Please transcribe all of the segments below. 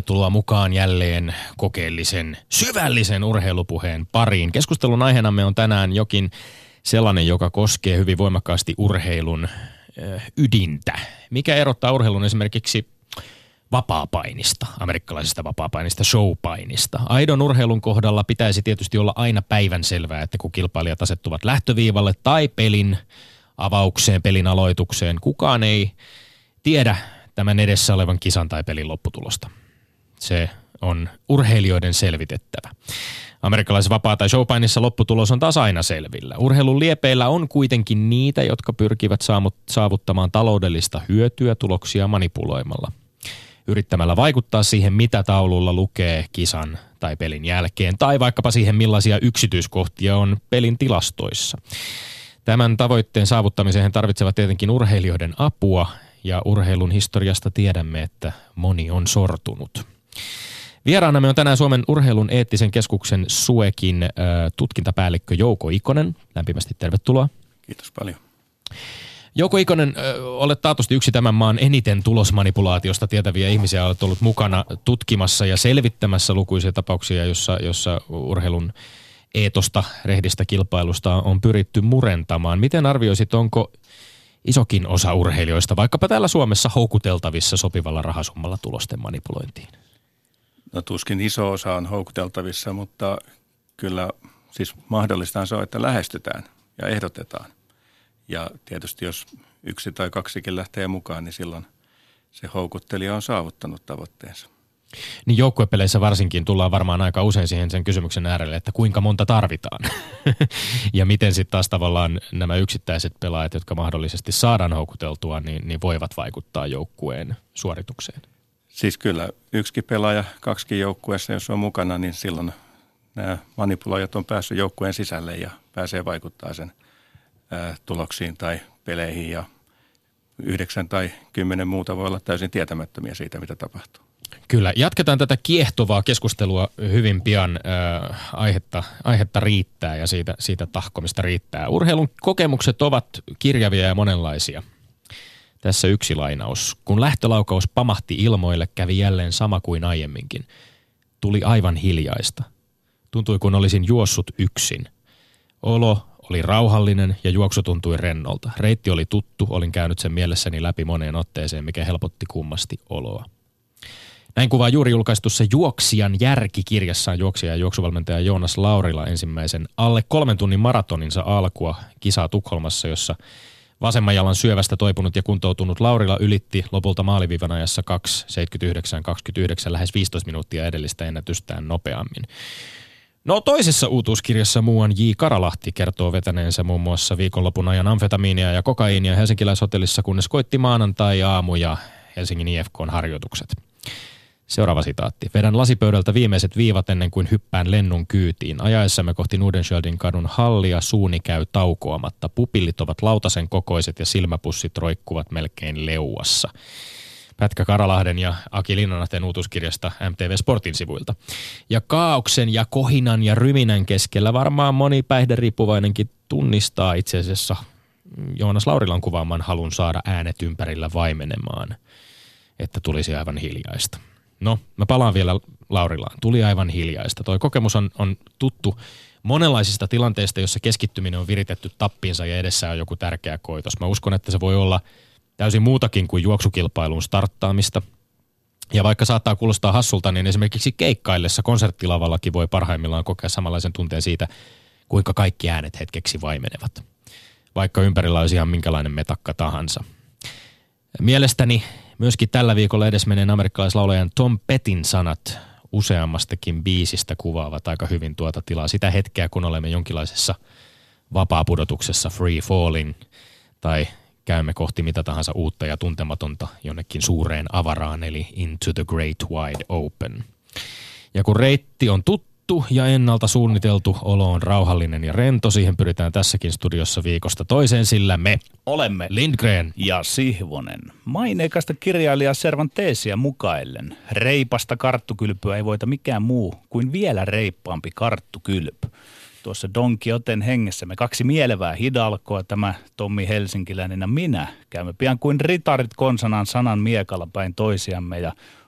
tervetuloa mukaan jälleen kokeellisen, syvällisen urheilupuheen pariin. Keskustelun aiheenamme on tänään jokin sellainen, joka koskee hyvin voimakkaasti urheilun ydintä. Mikä erottaa urheilun esimerkiksi vapaapainista, amerikkalaisesta vapaapainista, showpainista? Aidon urheilun kohdalla pitäisi tietysti olla aina päivänselvää, että kun kilpailijat asettuvat lähtöviivalle tai pelin avaukseen, pelin aloitukseen, kukaan ei tiedä tämän edessä olevan kisan tai pelin lopputulosta. Se on urheilijoiden selvitettävä. Amerikkalaisessa vapaa- tai showpainissa lopputulos on taas aina selvillä. Urheilun liepeillä on kuitenkin niitä, jotka pyrkivät saavuttamaan taloudellista hyötyä tuloksia manipuloimalla. Yrittämällä vaikuttaa siihen, mitä taululla lukee kisan tai pelin jälkeen, tai vaikkapa siihen, millaisia yksityiskohtia on pelin tilastoissa. Tämän tavoitteen saavuttamiseen he tarvitsevat tietenkin urheilijoiden apua, ja urheilun historiasta tiedämme, että moni on sortunut. Vieraanamme on tänään Suomen urheilun eettisen keskuksen SUEKin tutkintapäällikkö Jouko Ikonen. Lämpimästi tervetuloa. Kiitos paljon. Jouko Ikonen, olet taatusti yksi tämän maan eniten tulosmanipulaatiosta tietäviä ihmisiä. Olet ollut mukana tutkimassa ja selvittämässä lukuisia tapauksia, jossa urheilun eetosta, rehdistä kilpailusta on pyritty murentamaan. Miten arvioisit, onko isokin osa urheilijoista, vaikkapa täällä Suomessa, houkuteltavissa sopivalla rahasummalla tulosten manipulointiin? No tuskin iso osa on houkuteltavissa, mutta kyllä siis mahdollistaan se on, että lähestytään ja ehdotetaan. Ja tietysti jos yksi tai kaksikin lähtee mukaan, niin silloin se houkuttelija on saavuttanut tavoitteensa. Niin joukkuepeleissä varsinkin tullaan varmaan aika usein siihen sen kysymyksen äärelle, että kuinka monta tarvitaan. Ja miten sitten taas tavallaan nämä yksittäiset pelaajat, jotka mahdollisesti saadaan houkuteltua, niin voivat vaikuttaa joukkueen suoritukseen. Siis kyllä yksikin pelaaja, kaksikin joukkueessa, jos on mukana, niin silloin nämä manipuloijat on päässyt joukkueen sisälle ja pääsee vaikuttaa sen tuloksiin tai peleihin. Ja 9 tai 10 muuta voi olla täysin tietämättömiä siitä, mitä tapahtuu. Kyllä. Jatketaan tätä kiehtovaa keskustelua hyvin pian. Aihetta riittää ja siitä tahkomista riittää. Urheilun kokemukset ovat kirjavia ja monenlaisia. Tässä yksi lainaus. Kun lähtölaukaus pamahti ilmoille, kävi jälleen sama kuin aiemminkin. Tuli aivan hiljaista. Tuntui, kun olisin juossut yksin. Olo oli rauhallinen ja juoksu tuntui rennolta. Reitti oli tuttu, olin käynyt sen mielessäni läpi moneen otteeseen, mikä helpotti kummasti oloa. Näin kuvaa juuri julkaistussa Juoksijan järki-kirjassaan juoksija ja juoksuvalmentaja Joonas Laurila ensimmäisen alle 3 tunnin maratoninsa alkua kisaa Tukholmassa, jossa vasemman jalan syövästä toipunut ja kuntoutunut Laurila ylitti lopulta maaliviivan ajassa 2:79:29 lähes 15 minuuttia edellistä ennätystään nopeammin. No toisessa uutuuskirjassa muuan J. Karalahti kertoo vetäneensä muun muassa viikonlopun ajan amfetamiinia ja kokaiinia helsinkiläishotellissa, kunnes koitti maanantai-aamu ja Helsingin IFK:n harjoitukset. Seuraava sitaatti. Vedän lasipöydältä viimeiset viivat ennen kuin hyppään lennun kyytiin. Ajaessamme kohti Nordenskjöldin kadun hallia suuni käy taukoamatta. Pupillit ovat lautasen kokoiset ja silmäpussit roikkuvat melkein leuassa. Pätkä Karalahden ja Aki Linnanahteen uutuuskirjasta MTV Sportin sivuilta. Ja kaaoksen ja kohinan ja ryminän keskellä varmaan moni päihderiippuvainenkin tunnistaa itse asiassa Joonas Laurilan kuvaaman halun saada äänet ympärillä vaimenemaan, että tulisi aivan hiljaista. No, mä palaan vielä Laurilaan. Tuli aivan hiljaista. Toi kokemus on tuttu monenlaisista tilanteista, jossa keskittyminen on viritetty tappiinsa ja edessä on joku tärkeä koitos. Mä uskon, että se voi olla täysin muutakin kuin juoksukilpailuun starttaamista. Ja vaikka saattaa kuulostaa hassulta, niin esimerkiksi keikkaillessa konserttilavallakin voi parhaimmillaan kokea samanlaisen tunteen siitä, kuinka kaikki äänet hetkeksi vaimenevat. Vaikka ympärillä olisi ihan minkälainen metakka tahansa. Mielestäni myöskin tällä viikolla edesmenneen amerikkalaislaulajan Tom Pettin sanat useammastakin biisistä kuvaavat aika hyvin tuota tilaa. Sitä hetkeä, kun olemme jonkinlaisessa vapaapudotuksessa, free falling, tai käymme kohti mitä tahansa uutta ja tuntematonta jonnekin suureen avaraan, eli into the great wide open. Ja kun reitti on tuttu ja ennalta suunniteltu, olo on rauhallinen ja rento, siihen pyritään tässäkin studiossa viikosta toiseen, sillä me olemme Lindgren ja Sihvonen. Maineikasta kirjailija Cervantesia mukaillen. Reipasta karttukylpyä ei voita mikään muu kuin vielä reippaampi karttukylpy. Tuossa Don Quixoten hengessä me 2 mielevää hidalkoa, tämä Tommi Helsinkiläinen ja minä, käymme pian kuin ritarit konsanaan sanan miekalla päin toisiamme ja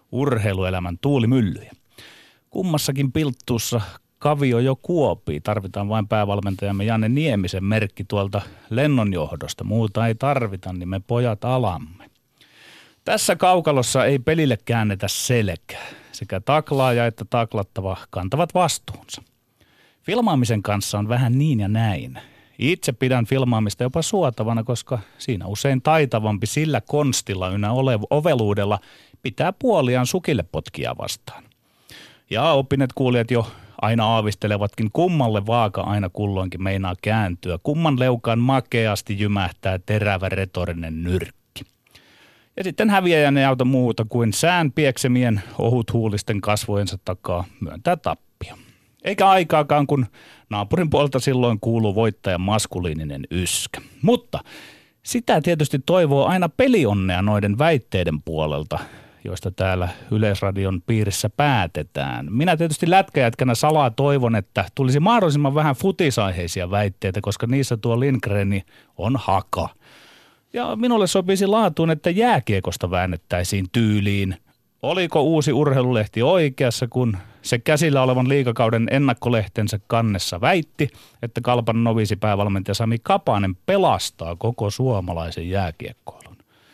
urheiluelämän tuulimyllyjä. Kummassakin pilttuussa kavio jo kuopii. Tarvitaan vain päävalmentajamme Janne Niemisen merkki tuolta lennonjohdosta. Muuta ei tarvita, niin me pojat alamme. Tässä kaukalossa ei pelille käännetä selkää. Sekä taklaaja että taklattava kantavat vastuunsa. Filmaamisen kanssa on vähän niin ja näin. Itse pidän filmaamista jopa suotavana, koska siinä usein taitavampi sillä konstilla ynnä oveluudella pitää puoliaan sukille potkia vastaan. Ja oppineet kuulijat jo aina aavistelevatkin, kummalle vaaka aina kulloinkin meinaa kääntyä. Kumman leukaan makeasti jymähtää terävä retorinen nyrkki. Ja sitten häviäjän ei auta muuta kuin sään pieksemien ohuthuulisten kasvojensa takaa myöntää tappio. Eikä aikaakaan, kun naapurin puolta silloin kuuluu voittajan maskuliininen yskä. Mutta sitä tietysti toivoo aina pelionnea noiden väitteiden puolelta, joista täällä Yleisradion piirissä päätetään. Minä tietysti lätkäjätkänä salaa toivon, että tulisi mahdollisimman vähän futisaiheisia väitteitä, koska niissä tuo Lindgreni on haka. Ja minulle sopisi laatuun, että jääkiekosta väännettäisiin tyyliin. Oliko uusi urheilulehti oikeassa, kun se käsillä olevan liigakauden ennakkolehtensä kannessa väitti, että Kalpan noviisipäävalmentaja Sami Kapanen pelastaa koko suomalaisen jääkiekkoilun?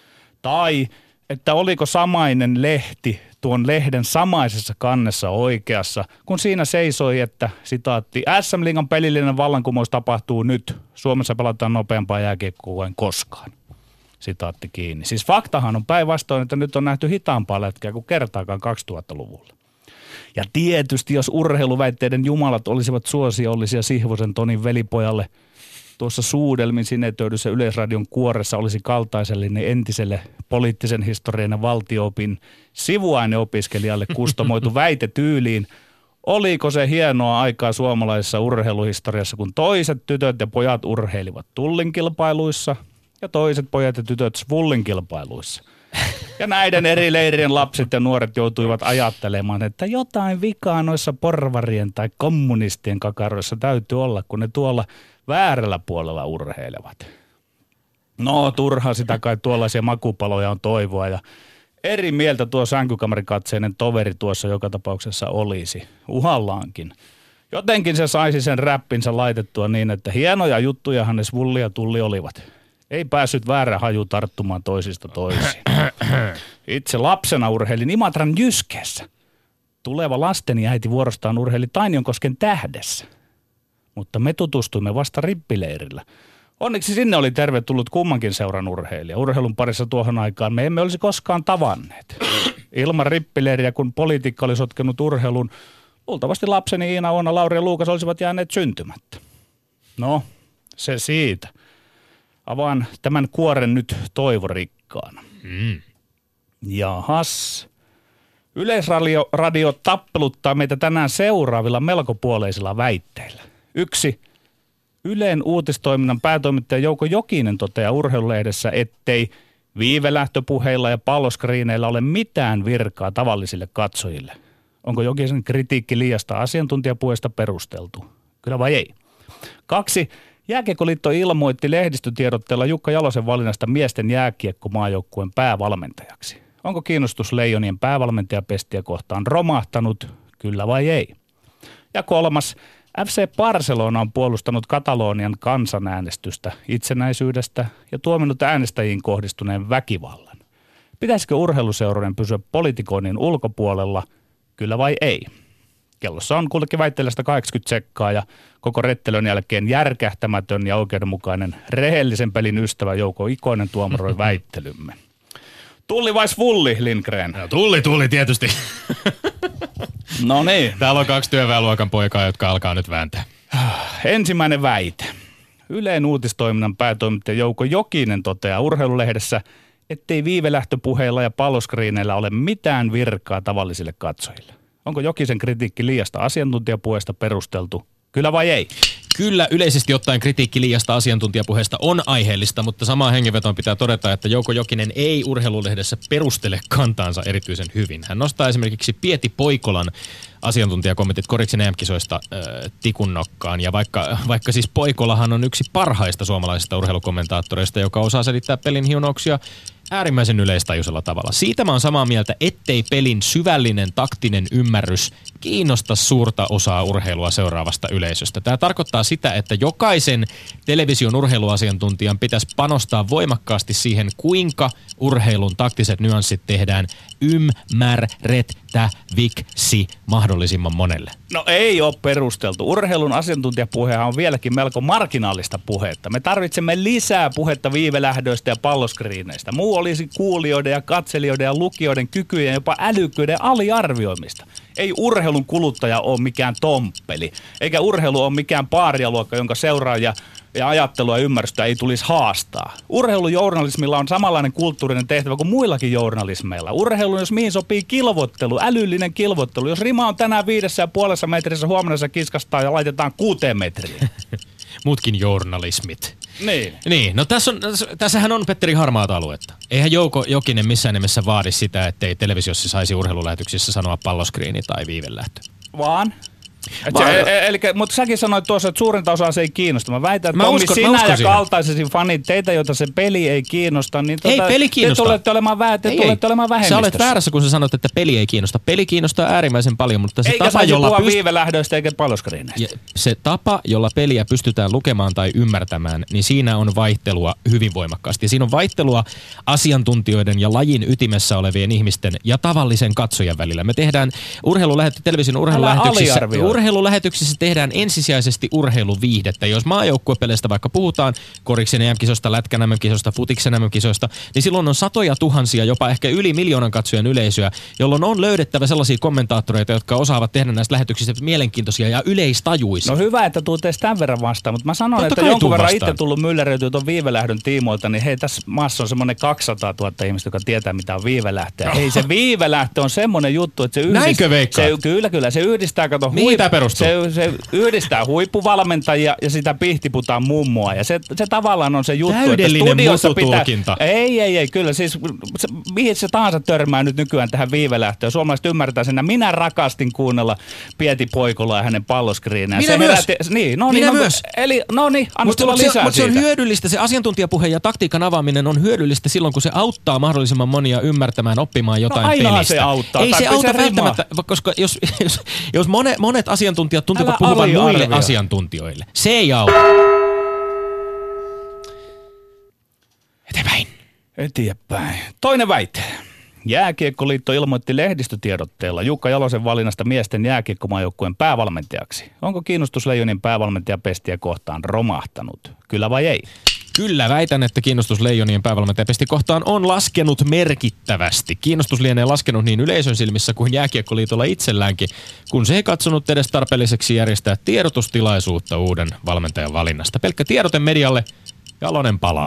Tai että oliko samainen lehti tuon lehden samaisessa kannessa oikeassa, kun siinä seisoi, että sitaatti, SM-liigan pelillinen vallankumous tapahtuu nyt. Suomessa pelataan nopeampaa jääkiekkoa kuin koskaan. Sitaatti kiinni. Siis faktahan on päinvastoin, että nyt on nähty hitaampaa lätkää kuin kertaakaan 2000-luvulla. Ja tietysti, jos urheiluväitteiden jumalat olisivat suosiollisia Sihvosen Tonin velipojalle, tuossa suudelmin sinetöidyssä Yleisradion kuoressa olisi kaltaisellinen entiselle poliittisen historian ja valtio-opin sivuaineopiskelijalle kustomoitu väite tyyliin. Oliko se hienoa aikaa suomalaisessa urheiluhistoriassa, kun toiset tytöt ja pojat urheilivat tullinkilpailuissa ja toiset pojat ja tytöt svullinkilpailuissa. Ja näiden eri leirien lapset ja nuoret joutuivat ajattelemaan, että jotain vikaa noissa porvarien tai kommunistien kakaroissa täytyy olla, kun ne tuolla väärällä puolella urheilevat. No, turha sitä kai tuollaisia makupaloja on toivoa ja eri mieltä tuo sänkykamarikatseinen toveri tuossa joka tapauksessa olisi, uhallaankin. Jotenkin se saisi sen räppinsä laitettua niin, että hienoja juttujahan ne svulli ja tulli olivat. Ei päässyt väärä haju tarttumaan toisista toisiin. Itse lapsena urheilin Imatran Jyskeessä. Tuleva lasteni äiti vuorostaan urheili Tainionkosken Tähdessä. Mutta me tutustuimme vasta rippileirillä. Onneksi sinne oli tervetullut kummankin seuran urheilija. Urheilun parissa tuohon aikaan me emme olisi koskaan tavanneet. Ilman rippileiriä, kun politiikka oli sotkenut urheilun, luultavasti lapseni Iina, Oona, Lauri ja Luukas olisivat jääneet syntymättä. No, se siitä. Avaan tämän kuoren nyt toivorikkaana. Jahas. Yleisradio tappeluttaa meitä tänään seuraavilla melkopuoleisilla väitteillä. 1. Ylen uutistoiminnan päätoimittaja Jouko Jokinen toteaa urheilulehdessä, ettei viivelähtöpuheilla ja palloskriineillä ole mitään virkaa tavallisille katsojille. Onko Jokisen kritiikki liiasta asiantuntijapuheesta perusteltu? Kyllä vai ei? 2. Jääkiekkoliitto ilmoitti lehdistötiedotteella Jukka Jalosen valinnasta miesten jääkiekkomaajoukkueen päävalmentajaksi. Onko kiinnostus Leijonien päävalmentajapestiä kohtaan romahtanut? Kyllä vai ei? Ja 3. FC Barcelona on puolustanut Katalonian kansanäänestystä itsenäisyydestä ja tuominut äänestäjiin kohdistuneen väkivallan. Pitäisikö urheiluseurojen pysyä politikoinnin ulkopuolella? Kyllä vai ei? Kellossa on kuitenkin väittelystä 80 sekkaa ja koko rettelön jälkeen järkähtämätön ja oikeudenmukainen rehellisen pelin ystävä Jouko Ikonen tuomaroi väittelymme. Tulli vai svulli, Lindgren? No, tulli tietysti. No niin. Täällä on 2 työväenluokan poikaa, jotka alkaa nyt vääntää. Ensimmäinen väite. Ylen uutistoiminnan päätoimittaja Jouko Jokinen toteaa urheilulehdessä, ettei viivelähtöpuheilla ja palloskriineillä ole mitään virkaa tavallisille katsojille. Onko Jokisen kritiikki liiasta asiantuntijapuheesta perusteltu? Kyllä vai ei? Kyllä, yleisesti ottaen kritiikki liiasta asiantuntijapuheesta on aiheellista, mutta samaan hengenvetoon pitää todeta, että Jouko Jokinen ei urheilulehdessä perustele kantaansa erityisen hyvin. Hän nostaa esimerkiksi Pieti Poikolan asiantuntijakommentit Koriksen EM-kisoista tikunnokkaan. Ja vaikka siis Poikolahan on yksi parhaista suomalaisista urheilukommentaattoreista, joka osaa selittää pelin hiunouksia äärimmäisen yleistajuisella tavalla. Siitä mä oon samaa mieltä, ettei pelin syvällinen taktinen ymmärrys kiinnosta suurta osaa urheilua seuraavasta yleisöstä. Tämä tarkoittaa sitä, että jokaisen television urheiluasiantuntijan pitäisi panostaa voimakkaasti siihen, kuinka urheilun taktiset nyanssit tehdään ymmärrettäviksi mahdollisimman monelle. No ei ole perusteltu. Urheilun asiantuntijapuhehan on vieläkin melko marginaalista puhetta. Me tarvitsemme lisää puhetta viivelähdöistä ja palloskriineistä. Muu olisi kuulijoiden ja katselijoiden ja lukijoiden kykyjen ja jopa älykkyyden aliarvioimista. Ei urheilun kuluttaja ole mikään tomppeli, eikä urheilu ole mikään paarialuokka, jonka seuraaja ja ajattelua ja ymmärrystä ei tulisi haastaa. Urheilujournalismilla on samanlainen kulttuurinen tehtävä kuin muillakin journalismeilla. Urheilu, jos mihin sopii kilvoittelu, älyllinen kilvoittelu. Jos rima on tänään 5,5 metrissä, huomenna se kiskastaa ja laitetaan 6 metriä. Muutkin journalismit. Niin. No tässähän on, Petteri, harmaata aluetta. Eihän Jouko Jokinen missään nimessä vaadi sitä, ettei televisiossa saisi urheilulähetyksissä sanoa palloskriini tai viivelähtö. Mutta säkin sanoit tuossa, että suurinta osaa se ei kiinnosta. Mä väitän, että Tommi, sinä ja kaltaisesi fanit, teitä, joita se peli ei kiinnosta, niin ei peli kiinnosta. Te tulette olemaan vähemmistössä. Sä olet väärässä, kun sä sanot, että peli ei kiinnosta. Peli kiinnostaa äärimmäisen paljon, mutta se eikä tapa, jolla viivelähdöistä eikä palloskriineistä. Se tapa, jolla peliä pystytään lukemaan tai ymmärtämään, niin siinä on vaihtelua hyvin voimakkaasti. Ja siinä on vaihtelua asiantuntijoiden ja lajin ytimessä olevien ihmisten ja tavallisen katsojan välillä. Me tehdään television urheilulähetyksissä tehdään ensisijaisesti urheiluviihdettä. Jos maajoukkuepeleistä vaikka puhutaan, koriksen EM-kisosta, lätkän MM-kisosta, futiksen MM-kisosta, niin silloin on satoja tuhansia, jopa ehkä yli 1 miljoonan katsojan yleisöä, jolloin on löydettävä sellaisia kommentaattoreita, jotka osaavat tehdä näistä lähetyksistä mielenkiintoisia ja yleistajuisia. No hyvä, että tuut edes tämän verran vastaan, mutta mä sanon, että jonkun verran itse tullut mylleröityä tuon viivelähdön tiimoilta, niin hei, tässä maassa on semmoinen 200 000 ihmistä, joka tietää, mitä on viivelähtö. Hei, se viivelähtö on semmoinen juttu, että se yhdistää, se yhdistää, kato, se yhdistää huippuvalmentajia ja sitä pihtiputaan mummoa. Ja se tavallaan on se juttu, täydellinen että studiossa pitää... Ei, kyllä siis mihin se tahansa törmää nyt nykyään tähän viivelähtöön. Suomalaiset ymmärtää sen. Minä rakastin kuunnella Pieti Poikolaa ja hänen palloskriinään. Minä myös. Minä myös. Anna tulla lisää siitä. Mutta se on hyödyllistä, se asiantuntijapuhe ja taktiikan avaaminen on hyödyllistä silloin, kun se auttaa mahdollisimman monia ymmärtämään, oppimaan jotain pelistä. Se auttaa. Ei se auta välttämättä, koska jos monet asiantuntijat tuntuvat puhuvan muille asiantuntijoille. Se ei auta. Eteenpäin. Toinen väite. Jääkiekkoliitto ilmoitti lehdistötiedotteella Jukka Jalosen valinnasta miesten jääkiekkomaajoukkueen päävalmentajaksi. Onko kiinnostus Leijonien päävalmentajapestiä kohtaan romahtanut? Kyllä vai ei? Kyllä, väitän, että kiinnostus Leijonien päävalmentajapesti kohtaan on laskenut merkittävästi. Kiinnostus lienee laskenut niin yleisön silmissä kuin Jääkiekkoliitolla itselläänkin, kun se ei katsonut edes tarpeelliseksi järjestää tiedotustilaisuutta uuden valmentajan valinnasta. Pelkkä tiedote medialle, Jalonen palaa.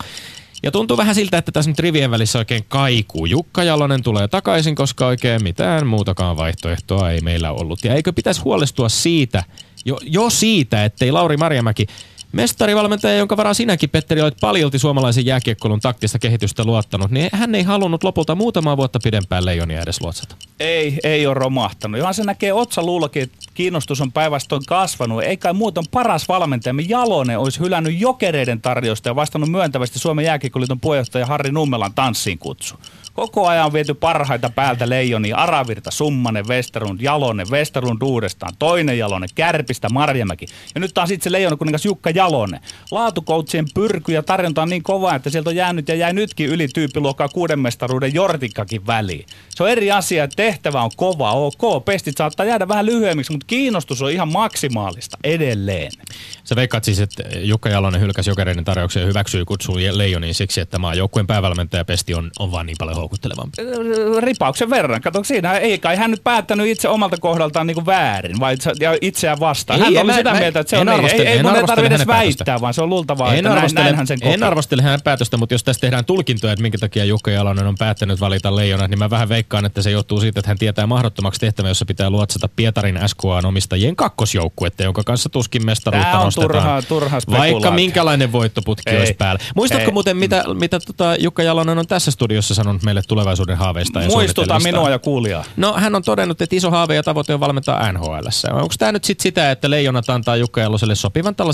Ja tuntuu vähän siltä, että tässä nyt rivien välissä oikein kaikuu. Jukka Jalonen tulee takaisin, koska oikein mitään muutakaan vaihtoehtoa ei meillä ollut. Ja eikö pitäisi huolestua siitä, jo siitä, ettei Lauri Marjamäki, mestarivalmentaja, jonka varaan sinäkin, Petteri, olet paljolti suomalaisen jääkiekkoilun taktista kehitystä luottanut, niin hän ei halunnut lopulta muutamaa vuotta pidempään Leijonia edes luotsata. Ei ole romahtanut. Johan se näkee otsaluullakin, että kiinnostus on päinvastoin kasvanut. Ei kai muuten paras valmentajamme Jalonen olisi hylännyt Jokereiden tarjousta ja vastannut myöntävästi Suomen jääkiekkoliiton puheenjohtaja Harri Nummelan tanssiin kutsu. Koko ajan on viety parhaita päältä Leijonia, Aravirta, Summanen, Westerlund, Jalonen, Westerlund uudestaan, toinen Jalonen, Kärpistä, Marjamäki. Ja nyt taas itse Leijonen kuningas Jukka Jalonen. Laatukoutsien pyrky ja tarjonta on niin kova, että sieltä on jäänyt ja jäi nytkin yli tyyppiluokkaa 6 mestaruuden Jortikkakin väliin. Se on eri asia, että tehtävä on kova, ok, pestit saattaa jäädä vähän lyhyemmiksi, mutta kiinnostus on ihan maksimaalista edelleen. Sä veikkaat siis, että Jukka Jalonen hylkäsi Jokereiden tarjouksen ja hyväksyi kutsuun Leijoniin siksi, että maajoukkueen päävalmentajapesti on vaan niin paljon houkuttelevampi. Ripauksen verran. Kato, siinä ei kai hän nyt päättänyt itse omalta kohdaltaan niin kuin väärin, vai itseään vastaan. Hän oli sitä mieltä, että se on niin. Ei mun tarvitse edes väittää, vaan se on luultavaa, että näinhän sen kokee. En arvostele hänen päätöstä, mutta jos tässä tehdään tulkintoja, että minkä takia Jukka Jalonen on päättänyt valita Leijonat, niin mä vähän veikkaan, että se johtuu siitä, että hän tietää mahdottomaksi tehtävän, jossa pitää luotsata Pietarin SKA:n omistajien kakkosjoukkuetta, jonka kanssa tuskin mestaruutta nostetaan. Turha vaikka minkälainen voittoputki olisi päällä. Muistatko muuten, mitä Jukka Jalonen on tässä studiossa sanonut meille tulevaisuuden haaveista ja muistuta minua ja kuulijaa. No hän on todennut, että iso haave ja tavoite on valmentaa NHL:ssä. Onko tämä nyt sitten sitä, että Leijonat antaa Jukka Jaloselle sopivan tällaisen pienen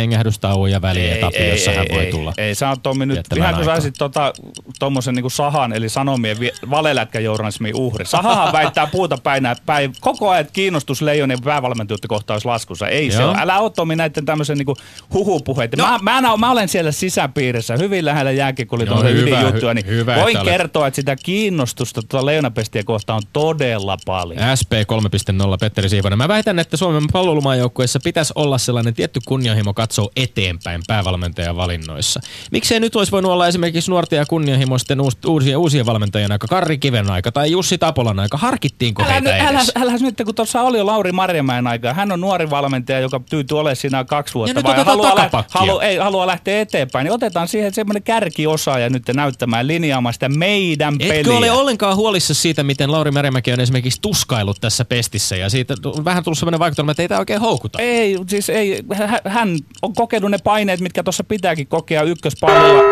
hengähdystauon ja välietappi, jossa hän voi tulla. Ei, sä oot Tommi nyt, ihan kun saisit tommosen niinku Sahan, eli Sanomien valelätkäjournalismin uhri. Sahahan väittää puuta päin koko ajan, kiinnostus Leijonien päävalmentajuutta kohtaan olisi laskussa. Ei se ole. Älä ole Tommi näiden tämmöisen niinku huhupuheita. Mä olen siellä sisäpiirissä hyvin lähellä jääkiekoliiton ydinjuttuja, niin voin kertoa, että sitä kiinnostusta Leijonapestiä kohtaan on todella paljon. SP 3.0 Petteri Siivonen. Mä väitän, että Suomen palvelumaajoukkueessa pitäisi olla sellainen tietty kunnianhimo katsoa eteenpäin päävalmentajan valinnoissa. Miksei nyt olisi voinut olla esimerkiksi nuorten ja kunnianhimoisten uusien valmentajien aika, Karri Kiven aika tai Jussi Tapolan aika? Harkittiinko heitä edes? Älä nyt, kun tuossa oli jo Lauri Marjamäen aika. Hän on nuori valmentaja, joka tyytyy olemaan siinä 2 vuotta. Ja nyt haluaa lähteä eteenpäin. Niin otetaan siihen semmoinen kärkiosaaja nyt näyttämään, linjaamaan sitä meidän peliä. Etkö ole ollenkaan huolissa siitä, miten Lauri Marjamäki on esimerkiksi tuskailut tässä pestissä ja siitä on vähän tullut sellainen vaikutelma, että ei tämä oikein houkuta. Ei, siis ei. Hän on kokenut ne paineet, mitkä tuossa pitääkin kokea ykköspallolla.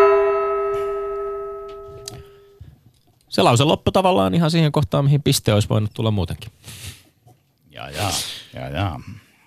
Se lause loppu tavallaan ihan siihen kohtaan, mihin piste olisi voinut tulla muutenkin. Ja.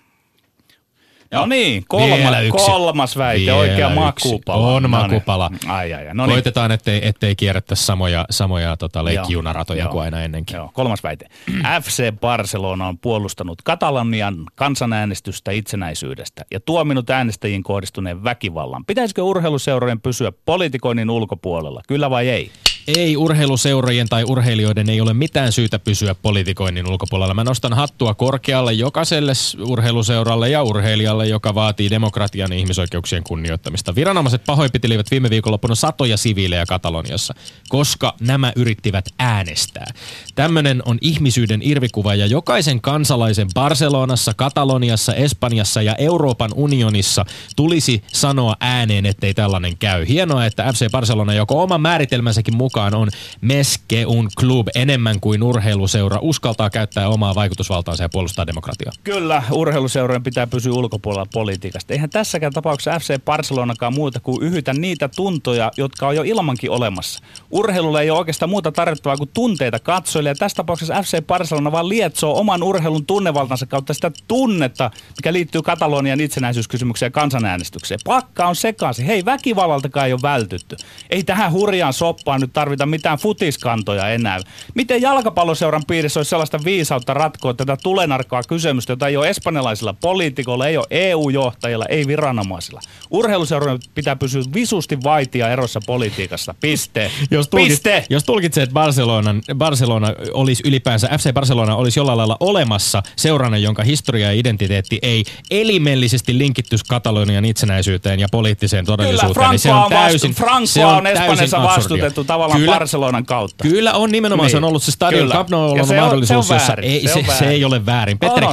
No niin, kolmas väite, vielä oikea makupala. On makupala. Ai. No niin. Koitetaan, ettei kierrettäisi samoja leikkijunaratoja kuin aina ennenkin. Joo, kolmas väite. FC Barcelona on puolustanut Katalonian kansanäänestystä itsenäisyydestä ja tuominut äänestäjiin kohdistuneen väkivallan. Pitäisikö urheiluseurojen pysyä politikoinnin ulkopuolella, kyllä vai ei? Ei urheiluseurojen tai urheilijoiden ei ole mitään syytä pysyä politikoinnin ulkopuolella. Mä nostan hattua korkealle jokaiselle urheiluseuralle ja urheilijalle, joka vaatii demokratian ja ihmisoikeuksien kunnioittamista. Viranomaiset pahoinpitelivät viime viikonloppuna satoja siviilejä Kataloniassa, koska nämä yrittivät äänestää. Tämmöinen on ihmisyyden irvikuva ja jokaisen kansalaisen Barcelonassa, Kataloniassa, Espanjassa ja Euroopan unionissa tulisi sanoa ääneen, ettei tällainen käy. Hienoa, että FC Barcelona joko oman määritelmänsäkin mukaan on Meske un club enemmän kuin urheiluseura, uskaltaa käyttää omaa vaikutusvaltaansa ja puolustaa demokratiaa. Kyllä, urheiluseurojen pitää pysyä ulkopuolella politiikasta. Eihän tässäkään tapauksessa FC Barcelonakaan muuta kuin yhytä niitä tuntoja, jotka on jo ilmankin olemassa. Urheilulla ei ole oikeastaan muuta tarjottavaa kuin tunteita katsojille, ja tässä tapauksessa FC Barcelona vaan lietsoo oman urheilun tunnevaltansa kautta sitä tunnetta, mikä liittyy Katalonian itsenäisyyskysymykseen ja kansanäänestykseen. Pakka on sekaisin. Hei, väkivallaltakaan ei ole vältytty. Ei tähän hurjaan soppaan nyt tarvita mitään futiskantoja enää. Miten jalkapalloseuran piirissä olisi sellaista viisautta ratkoa tätä tulenarkaa kysymystä, jota ei ole espanjalaisilla poliitikoilla, ei ole EU-johtajilla, ei viranomaisilla. Urheiluseurojen pitää pysyä visusti vaitia erossa politiikasta. Piste. Jos tulkitset, että Barcelona olisi ylipäänsä, FC Barcelona olisi jollain lailla olemassa seurana, jonka historia ja identiteetti ei elimellisesti linkittyisi Katalonian itsenäisyyteen ja poliittiseen todellisuuteen, kyllä, niin se on täysin Francoa on Espanjassa vastutettu tavallaan Barcelonan kautta. Kyllä on nimenomaan, niin. Se on ollut se stadion Camp Nou on mahdollisuus, jossa se ei ole väärin. Petteri,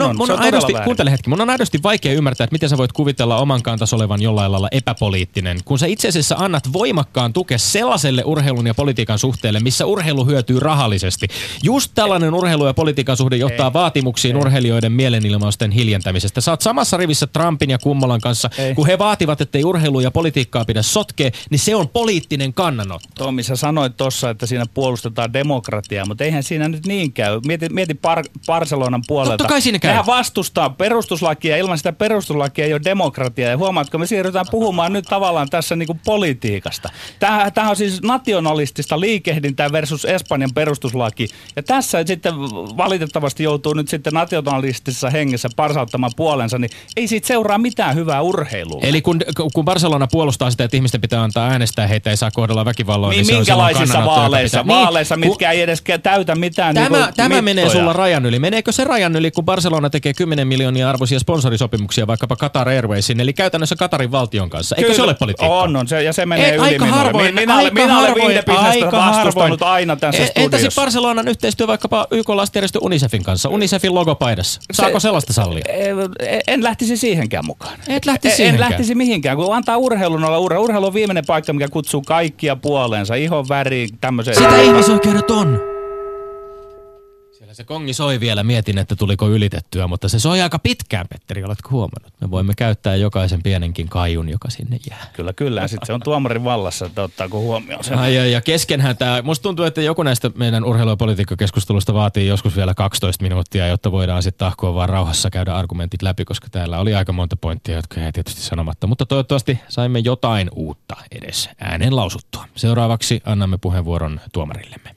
mun on aidosti vaikea ymmärtää, että miten sä voit kuvitella oman kantas olevan jollain lailla epäpoliittinen, kun sä itse asiassa annat voimakkaan tukea sellaiselle urheilun ja politiikan suhteelle, missä urheilu hyötyy rahallisesti. Just tällainen urheilu- ja politiikan suhde johtaa vaatimuksiin urheilijoiden mielenilmausten hiljentämisestä. Sä oot samassa rivissä Trumpin ja Kummolan kanssa, kun he vaativat, ettei urheilu ja politiikkaa pidä sotkea, niin se on poliittinen kannanotto. Tommi, sä sanoit tossa, että siinä puolustetaan demokratiaa, mutta eihän siinä nyt niin käy. Mieti Barcelonan puolelta. Totta kai siinä käy. Nehän vastustaa perustuslakia, ilman sitä perustuslakia ei ole demokratiaa. Ja huomaatko, me siirrytään puhumaan nyt tavallaan tässä niinku politiikasta. Tämä on siis nationalistista liikehdintää versus Espanjan perustuslaki. Ja tässä sitten valitettavasti joutuu nyt sitten nationalistisessa hengessä parsauttamaan puolensa, niin ei siitä seuraa mitään hyvää urheilua. Eli kun Barcelona puolustaa sitä, että ihmisten pitää antaa äänestää, heitä ei saa kohdella väkivalloin, niin se on minkälaisissa vaaleissa, mitkä ei edes täytä mitään Tämä menee sulla rajan yli. Meneekö se rajan yli, kun Barcelona tekee 10 miljoonia arvoisia sponsorisopimuksia vaikkapa Qatar Airwaysin, eli käytännössä Qatarin valtion kanssa? Eikö se ole politiikkaa? On, ja se menee yli minulle. Minä olen Vindepinästä vastustanut aina tässä studiossa. Entä sitten Barcelonan yhteistyö vaikkapa YK-lastenjärjestö UNICEFin kanssa, UNICEFin logopaidassa? Saako sellaista sallia? En lähtisi siihenkään mukaan. Et lähtisi siihenkään? En lähtisi mihinkään, kun antaa urheilun olla urheilu on viimeinen paikka, mikä kutsuu kaikkia puoleensa, ihon väriin, tämmöiseen. Sitä ihmisoikeudet on. Se kongi soi vielä, mietin, että tuliko ylitettyä, mutta se soi aika pitkään, Petteri, oletko huomannut? Me voimme käyttää jokaisen pienenkin kaiun, joka sinne jää. Kyllä. Ja sitten se on tuomarin vallassa, että ottaako huomioon sen. Ja keskenhän tämä, musta tuntuu, että joku näistä meidän urheilu- ja politiikkakeskustelusta vaatii joskus vielä 12 minuuttia, jotta voidaan sitten tahkoa vaan rauhassa käydä argumentit läpi, koska täällä oli aika monta pointtia, jotka jäi tietysti sanomatta. Mutta toivottavasti saimme jotain uutta edes ääneen lausuttua. Seuraavaksi annamme puheenvuoron tuomarillemme.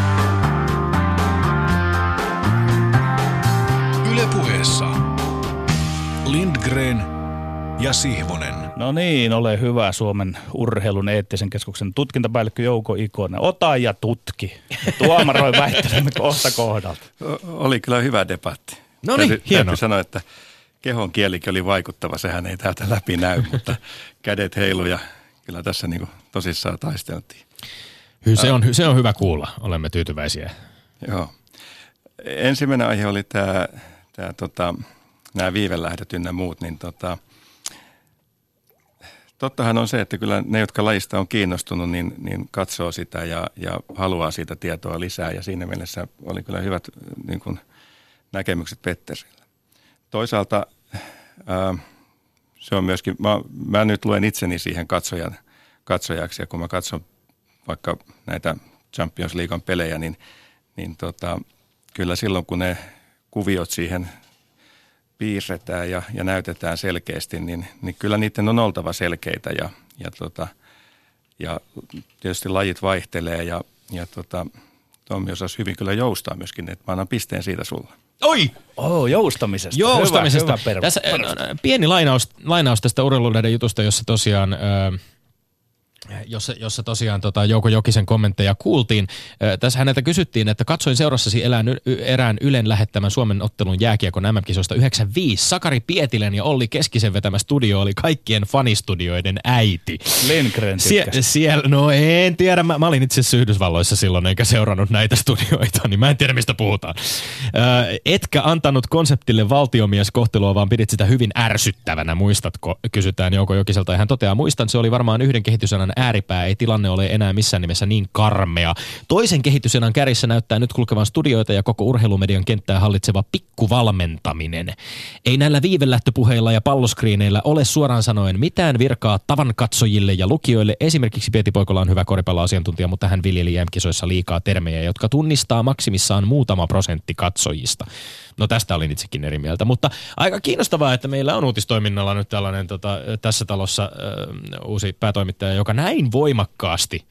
Yle Puheessa Lindgren ja Sihvonen. No niin, ole hyvä Suomen urheilun eettisen keskuksen tutkintapäällikkö Jouko Ikonen. Ota ja tutki. Tuomaroi väittelemme kohta kohdalta. Oli kyllä hyvä debatti. No niin, hienoa. Täytyy sanoa, että kehon kielikin oli vaikuttava. Sehän ei täältä läpi näy, mutta kädet heilu ja kyllä tässä niin kuin tosissaan taisteltiin. Se on hyvä kuulla. Olemme tyytyväisiä. Joo. Ensimmäinen aihe oli nämä viivelähdöt ynnä muut, niin tottahan on se, että kyllä ne, jotka lajista on kiinnostunut, niin katsoo sitä ja haluaa siitä tietoa lisää. Ja siinä mielessä oli kyllä hyvät niin kuin, näkemykset Petterillä. Toisaalta se on myöskin, mä nyt luen itseni siihen katsojaksi, ja kun mä katson vaikka näitä Champions Leaguean pelejä, niin kyllä silloin, kun ne kuviot siihen piirretään ja näytetään selkeästi, niin kyllä niiden on oltava selkeitä ja tietysti lajit vaihtelee ja Tommi osasi hyvin kyllä joustaa myöskin, että mä annan pisteen siitä sulle. Oi! Joustamisesta. Joustamisesta. Hyvä Tässä pieni lainaus tästä urheilulehden jutusta, jossa tosiaan jossa tosiaan Jouko Jokisen kommentteja kuultiin. Tässä häneltä kysyttiin, että katsoin seurassasi erään Ylen lähettämän Suomen ottelun jääkiekon MM-kisoista 95. Sakari Pietilän ja Olli Keskisen vetämä studio oli kaikkien fanistudioiden äiti. Lindgren tykkäsi. Siellä, no en tiedä, mä olin itse asiassa Yhdysvalloissa silloin eikä seurannut näitä studioita, niin mä en tiedä mistä puhutaan. Etkä antanut konseptille valtiomieskohtelua, vaan pidit sitä hyvin ärsyttävänä, muistatko? Kysytään Jouko Jokiselta ja hän toteaa, muistan, se oli varmaan yhden kehitysalan ääripää, ei tilanne ole enää missään nimessä niin karmea. Toisen kehitysalan kärjissä näyttää nyt kulkevan studioita ja koko urheilumedian kenttää hallitseva pikkuvalmentaminen. Ei näillä viivelähtöpuheilla ja palloskriineillä ole suoraan sanoen mitään virkaa tavan katsojille ja lukijoille. Esimerkiksi Pieti Poikola on hyvä koripalloasiantuntija, mutta hän viljeli EM-kisoissa liikaa termejä, jotka tunnistaa maksimissaan muutama prosentti katsojista. No tästä olin itsekin eri mieltä, mutta aika kiinnostavaa, että meillä on uutistoiminnalla nyt tällainen tässä talossa uusi päätoimittaja, joka näin voimakkaasti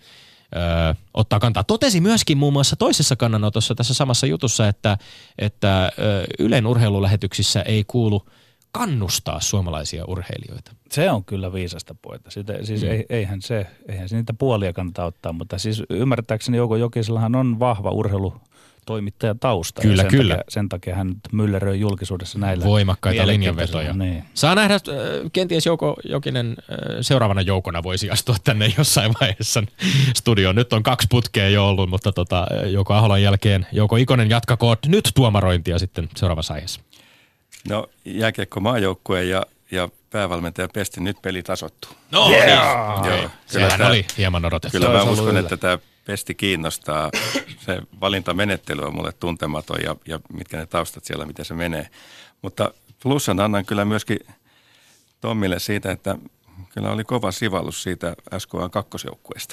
ottaa kantaa. Totesi myöskin muun muassa toisessa kannanotossa tässä samassa jutussa, että Ylen urheilulähetyksissä ei kuulu kannustaa suomalaisia urheilijoita. Se on kyllä viisasta puhetta. Siis eihän se niitä puolia kannata ottaa, mutta siis ymmärtääkseni Jouko Jokisellahan on vahva urheilutoimittajatausta. Kyllä. Sen takia hän mylleröi julkisuudessa näillä voimakkaita linjanvetoja. Niin. Saa nähdä, kenties Jouko Jokinen seuraavana joukona voisi astua tänne jossain vaiheessa studioon. Nyt on 2 putkea jo ollut, mutta Jouko Aholan jälkeen Jouko Ikonen jatkakoon nyt tuomarointia sitten seuraavassa aiheessa. No jääkiekko maajoukkue ja päävalmentaja Pesti, nyt peli tasoittuu. No yeah. Joo, sehän oli hieman odotettu. Kyllä mä uskon, että tämä Pesti kiinnostaa. Se valintamenettely on mulle tuntematon ja mitkä ne taustat siellä, miten se menee. Mutta plussan annan kyllä myöskin Tommille siitä, että kyllä oli kova sivallus siitä SKA:n kakkosjoukkueesta.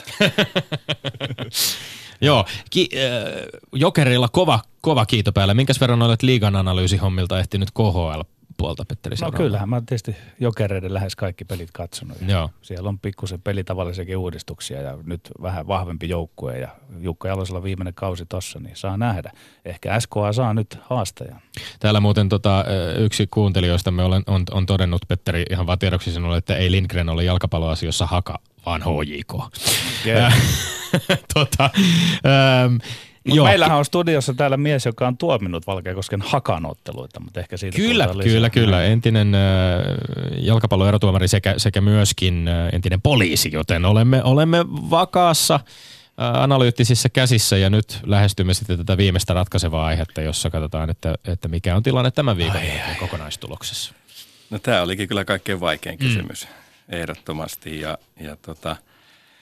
Joo, Jokerilla kova kiito päällä. Minkäs verran olet liigan analyysihommilta ehtinyt KHL-puolta, Petteri? No kyllähän mä tietysti Jokereiden lähes kaikki pelit katsonut. Joo. Siellä on pikkusen pelitavallisiakin uudistuksia ja nyt vähän vahvempi joukkue ja Jukka Jalosella viimeinen kausi tossa, niin saa nähdä. Ehkä SKA saa nyt haastajan. Täällä muuten yksi kuuntelijoistamme on todennut, Petteri, ihan vaan tiedoksi sinulle, että ei Lindgren ole jalkapalloasioissa Haka, vaan HJK. Yeah. Meillähän on studiossa täällä mies, joka on tuominut Valkeakosken Hakan otteluita, mutta ehkä siitä Kyllä. Entinen jalkapalloerotuomari sekä myöskin entinen poliisi, joten olemme vakaassa analyyttisissä käsissä ja nyt lähestymme sitten tätä viimeistä ratkaisevaa aihetta, jossa katsotaan, että mikä on tilanne tämän viikon kokonaistuloksessa. No tämä olikin kyllä kaikkein vaikein kysymys ehdottomasti ja